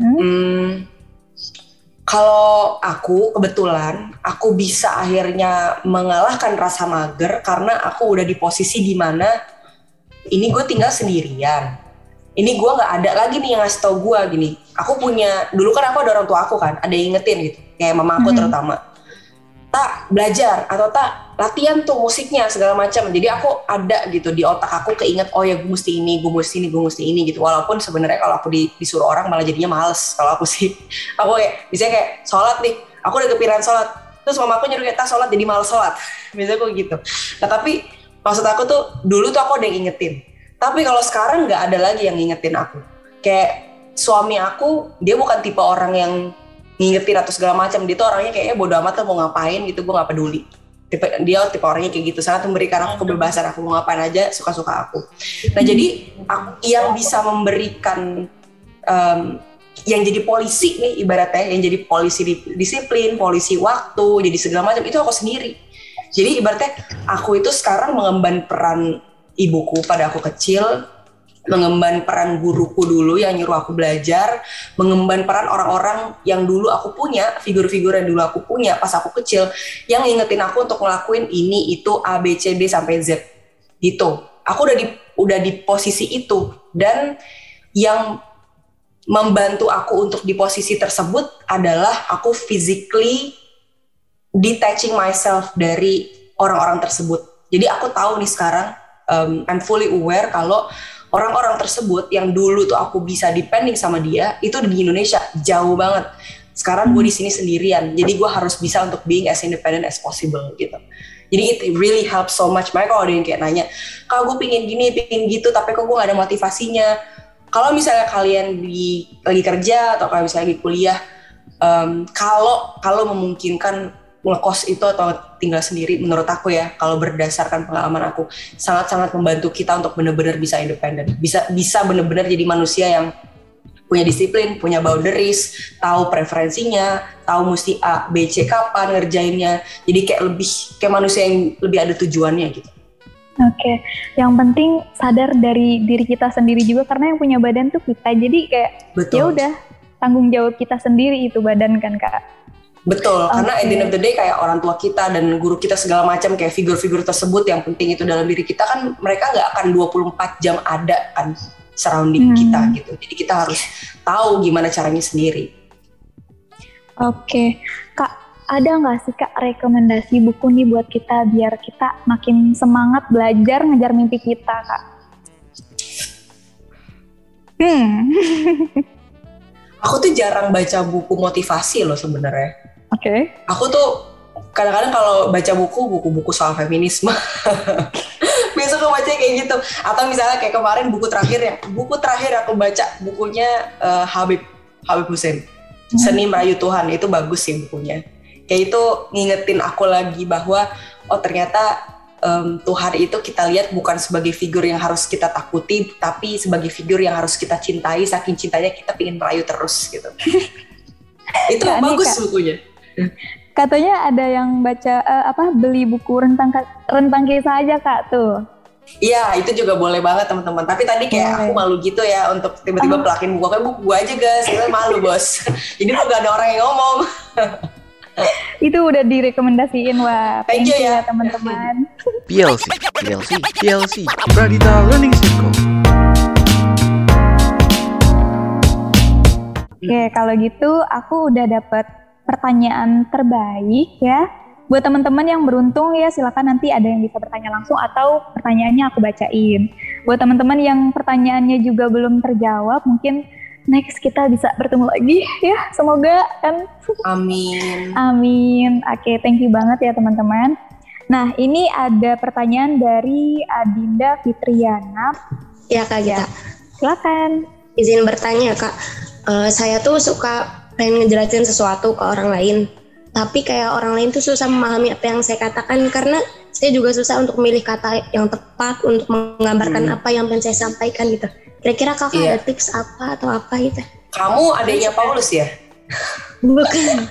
Kalau aku kebetulan aku bisa akhirnya mengalahkan rasa mager karena aku udah di posisi di mana ini gue tinggal sendirian. Ini gue nggak ada lagi nih yang ngasih tau gue gini. Aku punya, dulu kan aku ada orang tua aku kan, ada yang ingetin gitu, kayak mama aku terutama. Tak belajar atau tak latihan tuh musiknya segala macam. Jadi aku ada gitu di otak aku keinget, oh ya gue mesti ini, gue mesti ini gitu. Walaupun sebenarnya kalau aku disuruh orang malah jadinya males. Kalau aku sih, aku kayak misalnya kayak sholat nih, aku udah kepikiran sholat, terus mama aku nyuruh kita sholat jadi males sholat. Misalnya aku gitu. Nah tapi maksud aku tuh dulu tuh aku udah ingetin. Tapi kalau sekarang nggak ada lagi yang ngingetin aku. Kayak suami aku, dia bukan tipe orang yang ngingetin atau segala macam. Dia tuh orangnya kayaknya bodo amat lah mau ngapain gitu, gue nggak peduli. Dia tipe orangnya kayak gitu, sangat memberikan aku kebebasan, aku mau ngapain aja suka-suka aku. Nah jadi yang bisa memberikan, yang jadi polisi nih ibaratnya, yang jadi polisi disiplin, polisi waktu, jadi segala macam itu aku sendiri. Jadi ibaratnya aku itu sekarang mengemban peran ibuku pada aku kecil, mengemban peran guruku dulu yang nyuruh aku belajar, mengemban peran orang-orang yang dulu aku punya, figur-figur yang dulu aku punya pas aku kecil, yang ngingetin aku untuk ngelakuin ini, itu, A, B, C, D, sampai Z gitu. Aku udah di posisi itu, dan yang membantu aku untuk di posisi tersebut adalah aku physically detaching myself dari orang-orang tersebut. Jadi aku tahu nih sekarang, I'm fully aware kalau orang-orang tersebut yang dulu tuh aku bisa depending sama dia itu di Indonesia jauh banget. Sekarang gue di sini sendirian, jadi gue harus bisa untuk being as independent as possible gitu. Jadi it really helps so much. Makanya kalau ada yang kayak nanya, kak gue pingin gini, pingin gitu, tapi kok gue gak ada motivasinya. Kalau misalnya kalian lagi kerja atau kalau misalnya lagi kuliah, kalau memungkinkan ngekos itu atau tinggal sendiri, menurut aku ya, kalau berdasarkan pengalaman aku, sangat-sangat membantu kita untuk benar-benar bisa independen, bisa benar-benar jadi manusia yang punya disiplin, punya boundaries, tahu preferensinya, tahu mesti A, B, C kapan ngerjainnya. Jadi kayak manusia yang lebih ada tujuannya gitu. Oke. Yang penting sadar dari diri kita sendiri juga, karena yang punya badan tuh kita. Jadi kayak ya udah, tanggung jawab kita sendiri itu badan kan, Kak. Betul, karena at the end of the day kayak orang tua kita dan guru kita segala macam kayak figur-figur tersebut yang penting itu dalam diri kita kan, mereka nggak akan 24 jam ada kan surrounding kita gitu. Jadi kita harus tahu gimana caranya sendiri. Oke, Kak, ada nggak sih Kak rekomendasi buku nih buat kita biar kita makin semangat belajar ngejar mimpi kita, Kak? Aku tuh jarang baca buku motivasi loh sebenarnya. Oke. Aku tuh kadang-kadang kalau baca buku soal feminisme. Biasa aku baca kayak gitu. Atau misalnya kayak kemarin buku terakhir aku baca bukunya Habib Hussein, Seni Merayu Tuhan. Itu bagus sih bukunya. Kayak itu ngingetin aku lagi bahwa oh ternyata Tuhan itu kita lihat bukan sebagai figur yang harus kita takuti, tapi sebagai figur yang harus kita cintai. Saking cintanya kita pengen merayu terus gitu. Itu Kak, bagus bukunya. Katanya ada yang baca beli buku rentang kisah aja Kak tuh. Iya, itu juga boleh banget teman-teman. Tapi tadi kayak aku malu gitu ya untuk tiba-tiba pelakin buku. Kayak buku gue aja guys, kita malu bos. Jadi kok gak ada orang yang ngomong. Itu udah direkomendasiin, wah. Thank you ya teman-teman. PLC, Pradita Learning Circle. Oke, kalau gitu aku udah dapat pertanyaan terbaik ya. Buat teman-teman yang beruntung ya, silakan nanti ada yang bisa bertanya langsung atau pertanyaannya aku bacain. Buat teman-teman yang pertanyaannya juga belum terjawab, mungkin next kita bisa bertemu lagi ya, semoga kan. Amin. Oke, thank you banget ya teman-teman. Nah, ini ada pertanyaan dari Adinda Fitriana. Ya Kak Gita. Silakan. Izin bertanya Kak. Saya tuh suka pengen ngejelasin sesuatu ke orang lain, tapi kayak orang lain tuh susah memahami apa yang saya katakan karena saya juga susah untuk memilih kata yang tepat untuk menggambarkan apa yang pengen saya sampaikan gitu. Kira-kira Kakak ada tips apa atau apa gitu? Kamu adanya Paulus ya? Bukan.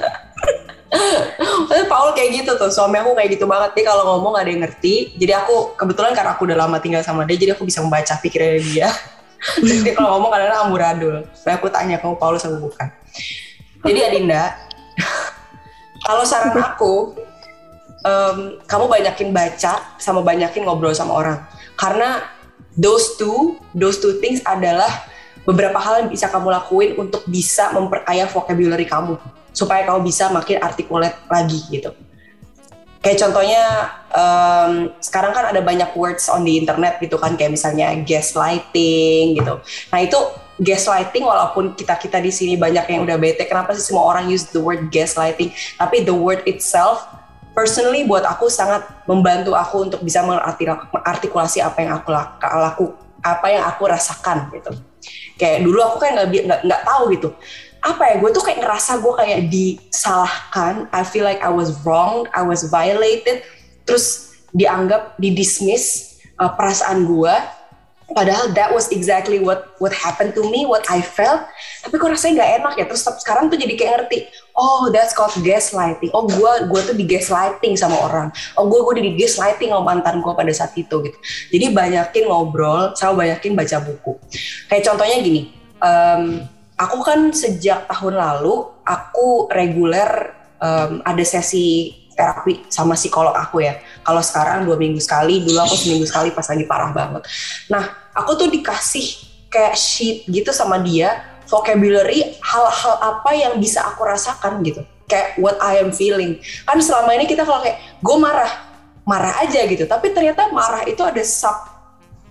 Paul kayak gitu tuh, suami aku kayak gitu banget. Dia kalau ngomong gak ada yang ngerti. Jadi aku kebetulan karena aku udah lama tinggal sama dia, jadi aku bisa membaca pikirannya dia. Terus dia kalau ngomong kadang-kadang amburadul. Supaya aku tanya, kamu Paulus atau bukan? Jadi Adinda, kalau saran aku, kamu banyakin baca sama banyakin ngobrol sama orang. Karena those two things adalah beberapa hal yang bisa kamu lakuin untuk bisa memperkaya vocabulary kamu. Supaya kamu bisa makin articulate lagi gitu. Kayak contohnya, sekarang kan ada banyak words on the internet gitu kan. Kayak misalnya gaslighting gitu. Nah itu gaslighting, walaupun kita di sini banyak yang udah bete, kenapa sih semua orang use the word gaslighting? Tapi the word itself, personally buat aku sangat membantu aku untuk bisa mengartikulasi apa yang apa yang aku rasakan gitu. Kayak dulu aku kan nggak tahu gitu. Apa ya, gue tuh kayak ngerasa gue kayak disalahkan. I feel like I was wrong, I was violated. Terus didismiss perasaan gue. Padahal that was exactly what happened to me, what I felt. Tapi kok rasanya gak enak ya. Terus sekarang tuh jadi kayak ngerti, oh that's called gaslighting. Oh gue tuh di gaslighting sama orang. Oh gue di gaslighting sama mantan gue pada saat itu gitu. Jadi banyakin ngobrol sama banyakin baca buku. Kayak contohnya gini, aku kan sejak tahun lalu aku reguler ada sesi terapi sama psikolog aku ya. Kalau sekarang 2 minggu sekali, dulu aku seminggu sekali pas lagi parah banget. Nah, aku tuh dikasih kayak sheet gitu sama dia, vocabulary hal-hal apa yang bisa aku rasakan gitu. Kayak what I am feeling. Kan selama ini kita kalau kayak gue marah aja gitu. Tapi ternyata marah itu ada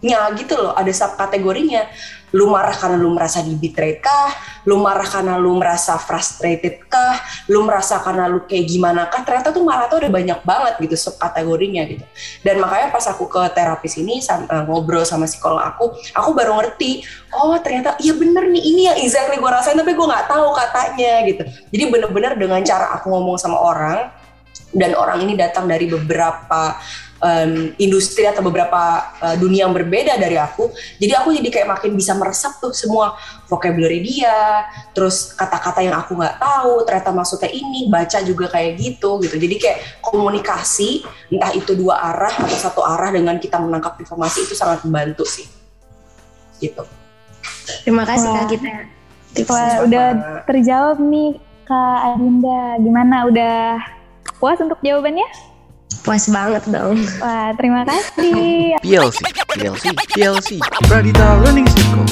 gitu loh, ada subkategorinya. Lu marah karena lu merasa di-betray kah? Lu marah karena lu merasa frustrated kah? Lu merasa karena lu kayak gimana kah? Ternyata tuh marah tuh ada banyak banget gitu subkategorinya gitu. Dan makanya pas aku ke terapis ini ngobrol sama psikolog aku baru ngerti, oh ternyata iya bener nih, ini yang exactly gue rasain tapi gue nggak tahu katanya gitu. Jadi bener-bener dengan cara aku ngomong sama orang, dan orang ini datang dari beberapa industri atau beberapa dunia yang berbeda dari aku, jadi aku jadi kayak makin bisa meresap tuh semua vocabulary dia, terus kata-kata yang aku nggak tahu ternyata maksudnya ini, baca juga kayak gitu. Jadi kayak komunikasi entah itu dua arah atau satu arah dengan kita menangkap informasi itu sangat membantu sih gitu. Terima kasih Kak Gita. Wah, udah terjawab nih Kak Adinda. Gimana, udah puas untuk jawabannya? Puas banget dong. Wah, terima kasih. PLC, Pradita Learning Circle.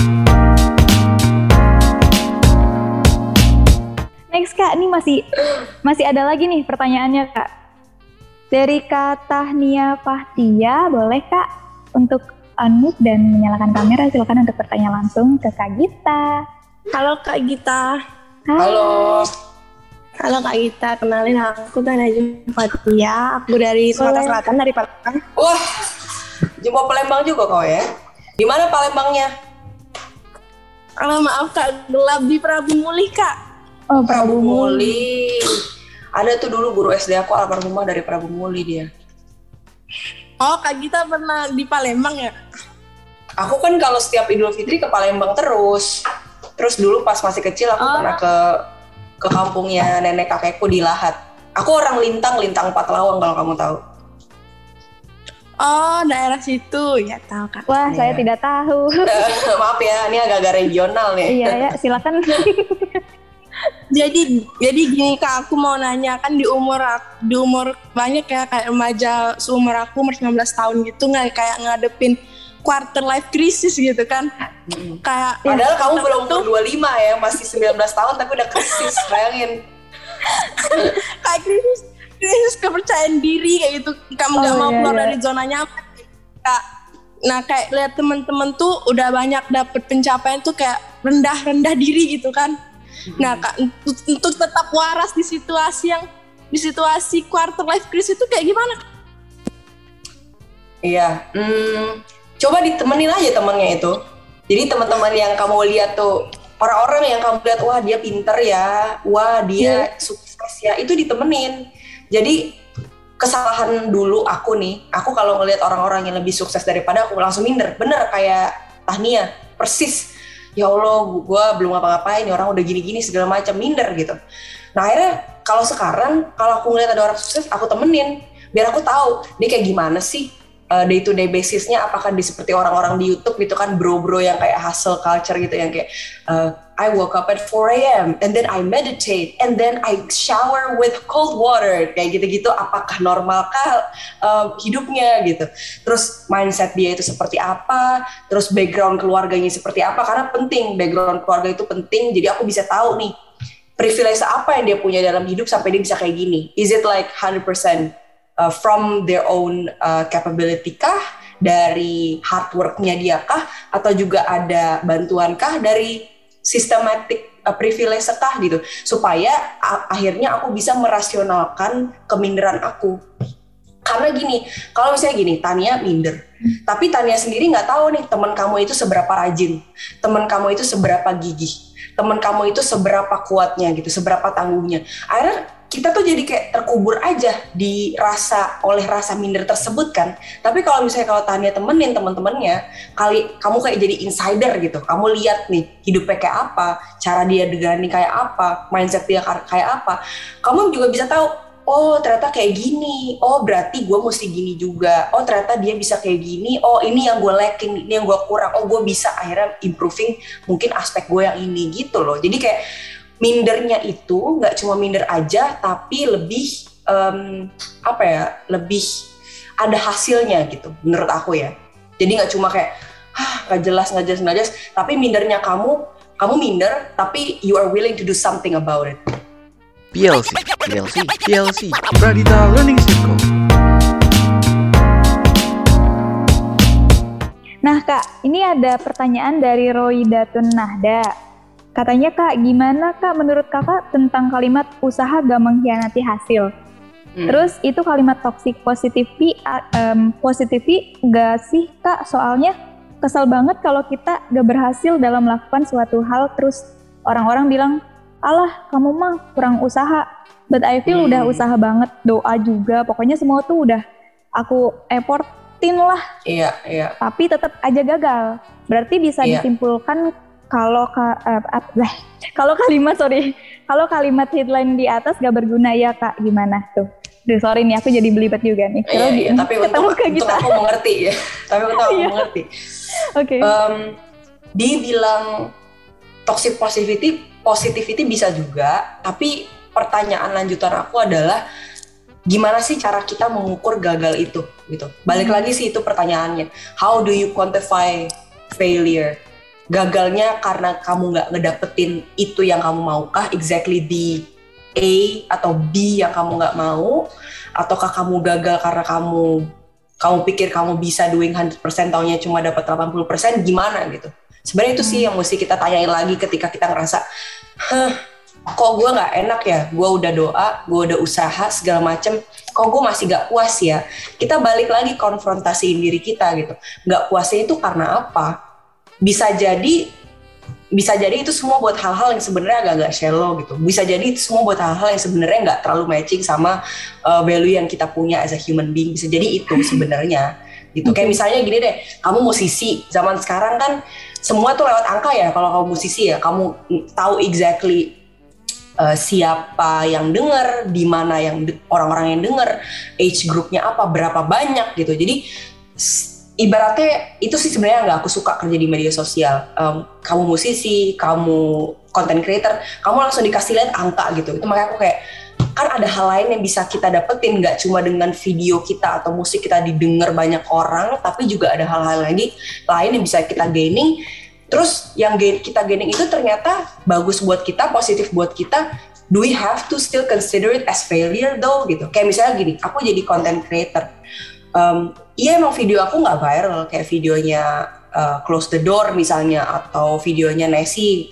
Next Kak, ini masih ada lagi nih pertanyaannya Kak. Dari Kak Tahnia Fahtia, boleh Kak untuk unmute dan menyalakan kamera, silakan untuk bertanya langsung ke Kak Gita. Halo Kak Gita. Halo. Halo Kak Gita, kenalin aku Najim Fatia. Aku dari Sumatera Selatan, dari Palembang. Wah, jumpa Palembang juga kau ya? Di mana Palembangnya? Maaf Kak, gelap di Prabu Muli Kak. Oh, Prabu Muli. Ada tuh dulu guru SD aku almarhumah dari Prabu Muli dia. Oh, Kak Gita pernah di Palembang ya? Aku kan kalau setiap Idul Fitri ke Palembang terus. Terus dulu pas masih kecil aku pernah ke kampungnya nenek kakekku di Lahat. Aku orang Lintang 4 Lawang kalau kamu tahu. Oh, daerah situ. Ya tahu Kak. Wah, saya tidak tahu. Maaf ya, ini agak-agak regional nih. Iya ya, silakan. Jadi gini Kak, aku mau nanya, kan di umur banyak ya, kayak remaja seumur aku, umur 19 tahun gitu, nggak kayak ngadepin quarter life crisis gitu kan. Kayak padahal kamu belum umur 25 ya, masih 19 tahun tapi udah krisis, bayangin. Kayak krisis kepercayaan diri kayak gitu, kamu nggak mau keluar dari zona nyaman. Nah kayak lihat teman-teman tuh udah banyak dapet pencapaian tuh kayak rendah diri gitu kan. Nah Kak, untuk tetap waras di situasi quarter life crisis itu kayak gimana? Iya, coba ditemenin aja temennya itu. Jadi teman-teman yang kamu lihat tuh, orang-orang yang kamu lihat, wah dia pinter ya, wah dia sukses ya, itu ditemenin. Jadi kesalahan dulu aku kalau ngelihat orang-orang yang lebih sukses daripada aku langsung minder. Bener kayak Tahnia, persis. Ya Allah, gue belum ngapa-ngapain, orang udah gini-gini segala macam, minder gitu. Nah akhirnya kalau sekarang, kalau aku ngelihat ada orang sukses, aku temenin. Biar aku tahu, dia kayak gimana sih day to day basisnya, apakah dia seperti orang-orang di YouTube gitu kan, bro-bro yang kayak hustle culture gitu, yang kayak I woke up at 4 a.m. and then I meditate and then I shower with cold water, kayak gitu-gitu. Apakah normalkah hidupnya gitu, terus mindset dia itu seperti apa, terus background keluarganya seperti apa, karena penting, background keluarga itu penting. Jadi aku bisa tahu nih privilege apa yang dia punya dalam hidup sampai dia bisa kayak gini. Is it like 100% from their own capability kah, dari hard work-nya dia kah, atau juga ada bantuan kah dari systematic privilege kah gitu, supaya akhirnya aku bisa merasionalkan keminderan aku. Karena gini, kalau misalnya gini, Tania minder, tapi Tania sendiri nggak tahu nih teman kamu itu seberapa rajin, teman kamu itu seberapa gigih, teman kamu itu seberapa kuatnya gitu, seberapa tangguhnya. Akhirnya kita tuh jadi kayak terkubur aja oleh rasa minder tersebut kan. Tapi kalau misalnya kalau Tania temenin teman-temannya, kamu kayak jadi insider gitu. Kamu lihat nih hidupnya kayak apa, cara dia berani kayak apa, mindset dia kayak apa. Kamu juga bisa tahu, oh ternyata kayak gini, oh berarti gue mesti gini juga, oh ternyata dia bisa kayak gini, oh ini yang gue lacking, ini yang gue kurang, oh gue bisa akhirnya improving mungkin aspek gue yang ini gitu loh. Jadi kayak mindernya itu nggak cuma minder aja, tapi lebih lebih ada hasilnya gitu menurut aku ya. Jadi nggak cuma kayak nggak jelas, tapi mindernya kamu minder tapi you are willing to do something about it. PLC, Pradita Learning Circle. Nah Kak, ini ada pertanyaan dari Roidatun Nahda. Katanya Kak, gimana Kak menurut Kakak tentang kalimat usaha gak mengkhianati hasil? Terus itu kalimat toxic positivity gak sih Kak? Soalnya kesel banget kalau kita gak berhasil dalam melakukan suatu hal terus orang-orang bilang, alah kamu mah kurang usaha. But I feel udah usaha banget, doa juga, pokoknya semua tuh udah aku effortin lah. Iya. Tapi tetap aja gagal. Berarti bisa disimpulkan kalau kalimat headline di atas gak berguna ya Kak, gimana tuh? Duh, sorry nih aku jadi belibet juga nih. Iya, tapi untuk aku mengerti ya. Tapi untuk aku mengerti. Oke. Dibilang toxic positivity bisa juga, tapi pertanyaan lanjutan aku adalah gimana sih cara kita mengukur gagal itu gitu. Balik lagi sih itu pertanyaannya. How do you quantify failure? Gagalnya karena kamu nggak ngedapetin itu yang kamu maukah, exactly di A atau B yang kamu nggak mau, ataukah kamu gagal karena kamu pikir kamu bisa doing 100% taunya cuma dapat 80%, gimana gitu. Sebenarnya itu sih yang mesti kita tanyain lagi ketika kita ngerasa kok gue nggak enak ya, gue udah doa, gue udah usaha segala macem, kok gue masih nggak puas ya. Kita balik lagi konfrontasiin diri kita gitu. Nggak puasnya itu karena apa? Bisa jadi itu semua buat hal-hal yang sebenarnya agak-agak shallow gitu. Bisa jadi itu semua buat hal-hal yang sebenarnya nggak terlalu matching sama value yang kita punya as a human being. Bisa jadi itu sebenarnya gitu. Kayak misalnya gini deh, kamu musisi, zaman sekarang kan semua tuh lewat angka ya. Kalau kamu musisi ya, kamu tahu exactly siapa yang denger, di mana yang orang-orang yang denger, age groupnya apa, berapa banyak gitu. Jadi ibaratnya itu sih sebenarnya nggak aku suka kerja di media sosial. Kamu musisi, kamu content creator, kamu langsung dikasih lihat angka gitu. Itu makanya aku kayak, kan ada hal lain yang bisa kita dapetin, nggak cuma dengan video kita atau musik kita didengar banyak orang, tapi juga ada hal-hal lain yang bisa kita gaining. Terus yang kita gaining itu ternyata bagus buat kita, positif buat kita. Do we have to still consider it as failure though gitu? Kayak misalnya gini, aku jadi content creator. Iya emang video aku nggak viral kayak videonya Close the Door misalnya, atau videonya Nessie,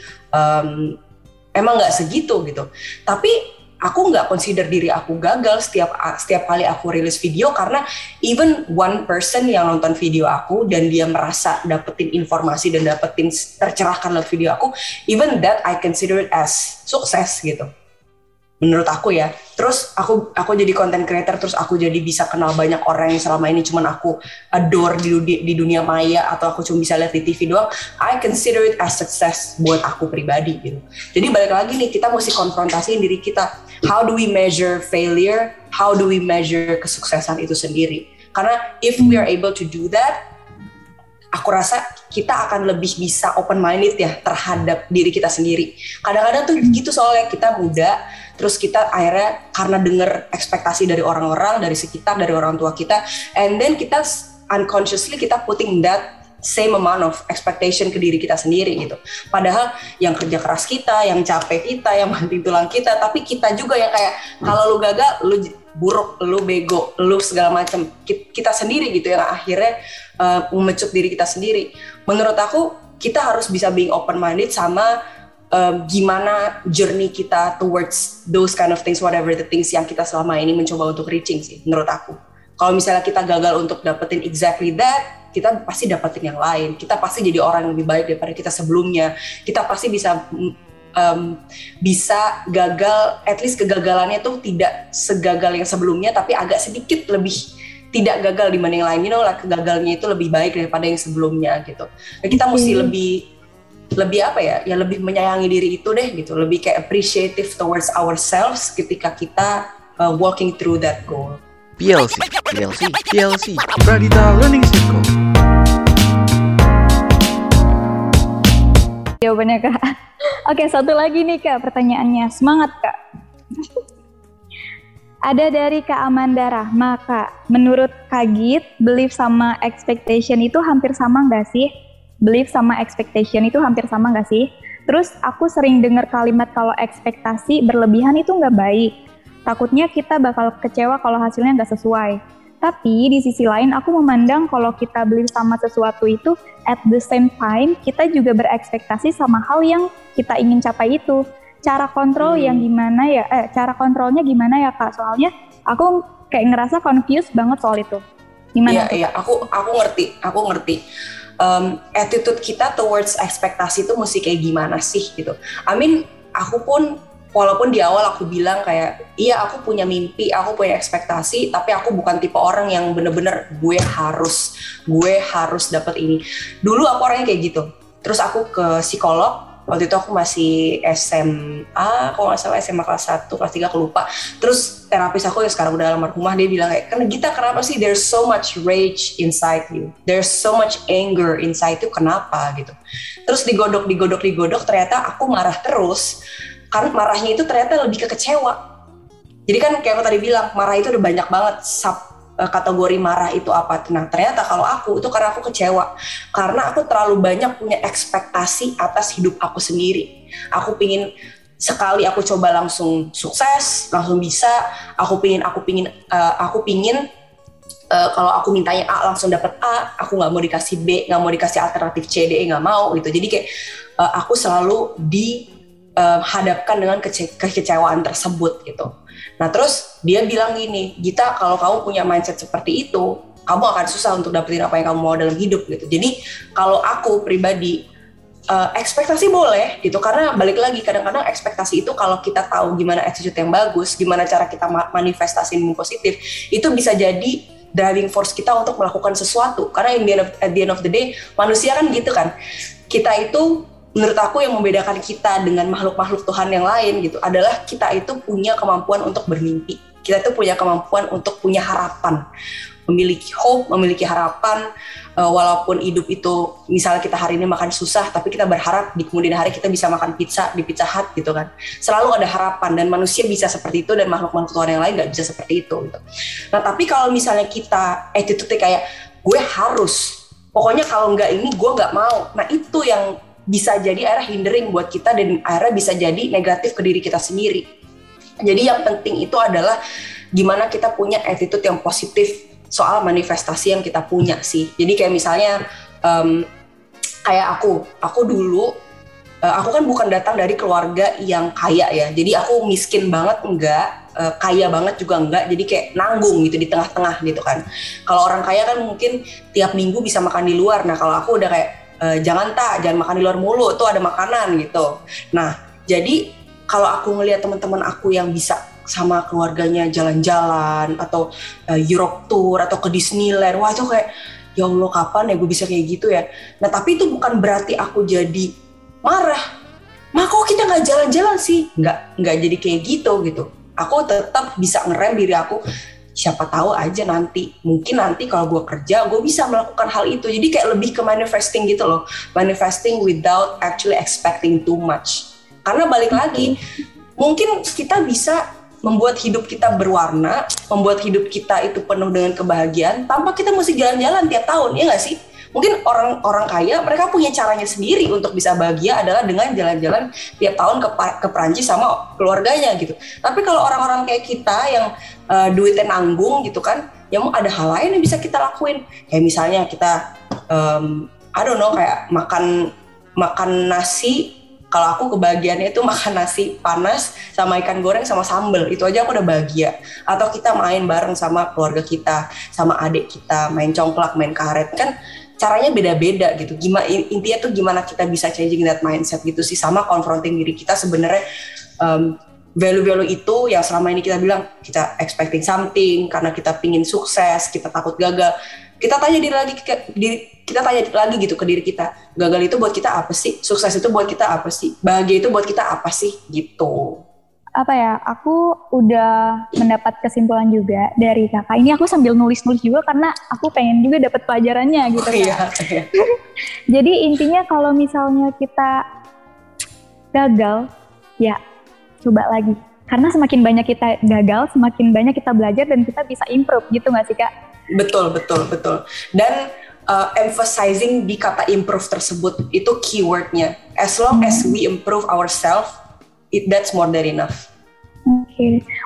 emang nggak segitu gitu. Tapi aku nggak consider diri aku gagal setiap kali aku rilis video, karena even one person yang nonton video aku dan dia merasa dapetin informasi dan dapetin tercerahkan lewat video aku, even that I consider it as sukses gitu. Menurut aku ya. Terus aku jadi content creator, terus aku jadi bisa kenal banyak orang yang selama ini cuman aku adore di dunia maya, atau aku cuma bisa lihat di TV doang. I consider it as success buat aku pribadi gitu. Jadi balik lagi nih, kita mesti konfrontasiin diri kita. How do we measure failure? How do we measure kesuksesan itu sendiri? Karena if we are able to do that, aku rasa kita akan lebih bisa open minded ya terhadap diri kita sendiri. Kadang-kadang tuh gitu, soalnya kita muda, terus kita akhirnya karena dengar ekspektasi dari orang-orang, dari sekitar, dari orang tua kita, and then kita unconsciously kita putting that same amount of expectation ke diri kita sendiri gitu. Padahal yang kerja keras kita, yang capek kita, yang banting tulang kita, tapi kita juga yang kayak kalau lu gagal, lu buruk, lu bego, lu segala macam. Kita sendiri gitu yang akhirnya memecut diri kita sendiri. Menurut aku kita harus bisa being open minded sama gimana journey kita towards those kind of things, whatever the things yang kita selama ini mencoba untuk reaching sih menurut aku. Kalau misalnya kita gagal untuk dapetin exactly that, kita pasti dapetin yang lain. Kita pasti jadi orang yang lebih baik daripada kita sebelumnya. Kita pasti bisa gagal, at least kegagalannya tuh tidak segagal yang sebelumnya, tapi agak sedikit lebih tidak gagal dibanding yang lain. You know lah, kegagalnya itu lebih baik daripada yang sebelumnya gitu. Nah, kita mesti lebih apa ya? Ya lebih menyayangi diri itu deh gitu. Lebih kayak appreciative towards ourselves ketika kita walking through that goal. PLC, Pradita Learning Circle. Jawabannya Kak. Oke, satu lagi nih Kak pertanyaannya. Semangat Kak. Ada dari Kak Amanda Rahma Kak. Menurut Kak Git, belief sama expectation itu hampir sama nggak sih? Belief sama expectation itu hampir sama nggak sih? Terus aku sering dengar kalimat kalau ekspektasi berlebihan itu nggak baik. Takutnya kita bakal kecewa kalau hasilnya nggak sesuai. Tapi di sisi lain aku memandang kalau kita beli sama sesuatu itu at the same time kita juga berekspektasi sama hal yang kita ingin capai itu. Cara kontrol yang gimana ya? Cara kontrolnya gimana ya Kak? Soalnya aku kayak ngerasa confused banget soal itu. Gimana? Iya, aku ngerti. Attitude kita towards ekspektasi itu mesti kayak gimana sih gitu. Aku pun walaupun di awal aku bilang kayak, iya aku punya mimpi, aku punya ekspektasi, tapi aku bukan tipe orang yang bener-bener gue harus dapat ini. Dulu aku orangnya kayak gitu. Terus aku ke psikolog, waktu itu aku masih SMA, kalau nggak salah SMA kelas 1, kelas 3 aku lupa. Terus terapis aku yang sekarang udah almarhumah, dia bilang kayak, Gita kenapa sih there's so much rage inside you, there's so much anger inside you, kenapa gitu. Terus digodok, ternyata aku marah terus. Karena marahnya itu ternyata lebih ke kecewa. Jadi kan kayak aku tadi bilang, marah itu udah banyak banget kategori marah itu apa. Nah ternyata kalau aku itu karena aku kecewa. Karena aku terlalu banyak punya ekspektasi atas hidup aku sendiri. Aku pingin sekali aku coba langsung sukses, langsung bisa. Aku pingin kalau aku mintanya A langsung dapat A, aku nggak mau dikasih B, nggak mau dikasih alternatif C, D, nggak mau gitu. Jadi kayak aku selalu hadapkan dengan kekecewaan tersebut gitu. Nah terus dia bilang gini, Gita kalau kamu punya mindset seperti itu, kamu akan susah untuk dapetin apa yang kamu mau dalam hidup gitu. Jadi kalau aku pribadi ekspektasi boleh gitu, karena balik lagi kadang-kadang ekspektasi itu kalau kita tahu gimana attitude yang bagus, gimana cara kita manifestasiin yang positif, itu bisa jadi driving force kita untuk melakukan sesuatu. Karena at the end of the day manusia kan gitu kan, kita itu menurut aku yang membedakan kita dengan makhluk-makhluk Tuhan yang lain gitu adalah kita itu punya kemampuan untuk bermimpi. Kita itu punya kemampuan untuk punya harapan, memiliki hope, memiliki harapan. Walaupun hidup itu misalnya kita hari ini makan susah, tapi kita berharap di kemudian hari kita bisa makan pizza di Pizza Hut gitu kan. Selalu ada harapan dan manusia bisa seperti itu dan makhluk-makhluk Tuhan yang lain nggak bisa seperti itu gitu. Nah tapi kalau misalnya kita attitude kayak gue harus, pokoknya kalau nggak ini gue nggak mau. Nah itu yang bisa jadi akhirnya hindering buat kita dan akhirnya bisa jadi negatif ke diri kita sendiri. Jadi yang penting itu adalah gimana kita punya attitude yang positif soal manifestasi yang kita punya sih. Jadi kayak misalnya kayak aku dulu, aku kan bukan datang dari keluarga yang kaya ya. Jadi aku miskin banget enggak, kaya banget juga enggak. Jadi kayak nanggung gitu di tengah-tengah gitu kan. Kalau orang kaya kan mungkin tiap minggu bisa makan di luar. Nah kalau aku udah kayak jangan makan di luar mulu, tuh ada makanan gitu. Nah, jadi kalau aku ngelihat teman-teman aku yang bisa sama keluarganya jalan-jalan atau Europe tour atau ke Disneyland, wah itu kayak ya Allah kapan ya gue bisa kayak gitu ya. Nah, tapi itu bukan berarti aku jadi marah. Kok kita nggak jalan-jalan sih? Nggak jadi kayak gitu. Aku tetap bisa ngerem diri aku. Siapa tahu aja mungkin nanti kalau gue kerja gue bisa melakukan hal itu. Jadi kayak lebih ke manifesting gitu loh, manifesting without actually expecting too much. Karena balik lagi mungkin kita bisa membuat hidup kita berwarna, membuat hidup kita itu penuh dengan kebahagiaan tanpa kita mesti jalan-jalan tiap tahun, ya nggak sih? Mungkin orang kaya mereka punya caranya sendiri untuk bisa bahagia adalah dengan jalan-jalan tiap tahun ke Perancis sama keluarganya gitu. Tapi kalau orang-orang kayak kita yang duitnya nanggung gitu kan, ya mau ada hal lain yang bisa kita lakuin. Kayak misalnya kita kayak makan nasi. Kalau aku kebahagiaannya itu makan nasi panas sama ikan goreng sama sambal, itu aja aku udah bahagia. Atau kita main bareng sama keluarga kita, sama adik kita, main congklak, main karet, kan caranya beda-beda gitu. Intinya tuh gimana kita bisa changing that mindset gitu sih, sama confronting diri kita sebenarnya. Value-value itu yang selama ini kita bilang kita expecting something karena kita pingin sukses, kita takut gagal. Kita tanya lagi gitu ke diri kita, gagal itu buat kita apa sih? Sukses itu buat kita apa sih? Bahagia itu buat kita apa sih? Gitu. Apa ya, aku udah mendapat kesimpulan juga dari kakak. Ini aku sambil nulis-nulis juga karena aku pengen juga dapat pelajarannya gitu kan. Iya. Jadi intinya kalau misalnya kita gagal, ya coba lagi. Karena semakin banyak kita gagal, semakin banyak kita belajar dan kita bisa improve gitu nggak sih Kak? Betul. Dan emphasizing di kata improve tersebut itu keywordnya. As long as we improve ourselves, that's more than enough. Oke.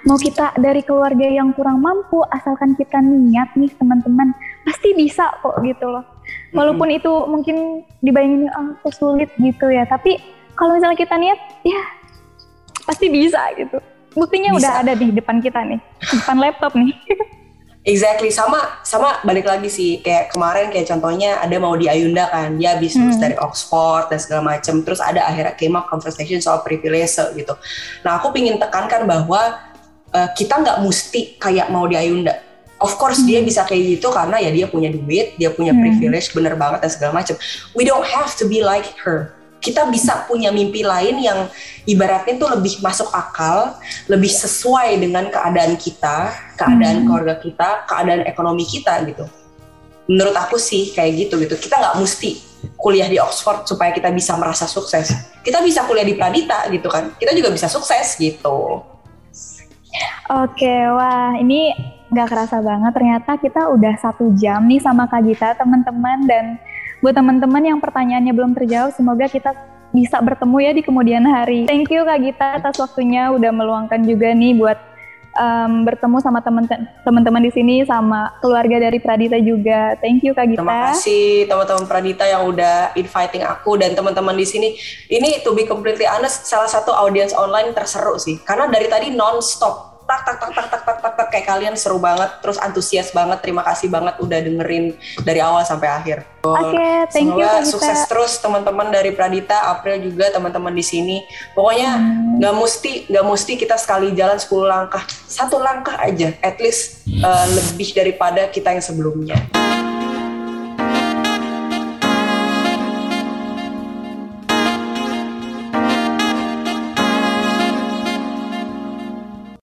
Mau kita dari keluarga yang kurang mampu, asalkan kita niat nih teman-teman, pasti bisa kok gitu loh. Walaupun itu mungkin dibayangin kok sulit gitu ya, tapi kalau misalnya kita niat, ya pasti bisa gitu. Buktinya Bisa. udah ada di depan kita nih, depan laptop nih. Exactly, sama balik lagi sih, kayak kemarin kayak contohnya ada mau di Ayunda kan, dia habis lulus dari Oxford dan segala macam, terus ada akhirnya came up conversation soal privilege gitu. Nah aku pingin tekankan bahwa kita nggak mesti kayak mau di Ayunda. Of course dia bisa kayak gitu karena ya dia punya duit, dia punya privilege, bener banget dan segala macam. We don't have to be like her. Kita bisa punya mimpi lain yang ibaratnya tuh lebih masuk akal, lebih sesuai dengan keadaan kita, keadaan keluarga kita, keadaan ekonomi kita gitu. Menurut aku sih kayak gitu. Kita nggak mesti kuliah di Oxford supaya kita bisa merasa sukses. Kita bisa kuliah di Pradita gitu kan. Kita juga bisa sukses gitu. Oke, wah ini gak kerasa banget. Ternyata kita udah 1 jam nih sama Kak Gita, teman-teman. Dan buat teman-teman yang pertanyaannya belum terjawab, semoga kita bisa bertemu ya di kemudian hari. Thank you Kak Gita atas waktunya, udah meluangkan juga nih buat bertemu sama teman-teman di sini, sama keluarga dari Pradita juga. Thank you Kak Gita. Terima kasih teman-teman Pradita yang udah inviting aku dan teman-teman di sini. Ini to be completely honest, salah satu audience online terseru sih, karena dari tadi non-stop tak kayak kalian seru banget, terus antusias banget. Terima kasih banget udah dengerin dari awal sampai akhir. Oke, thank you Semoga Kak Gita. sukses terus teman-teman dari Pradita, April juga teman-teman di sini. Pokoknya nggak mesti kita sekali jalan 10 langkah, 1 langkah aja, at least lebih daripada kita yang sebelumnya.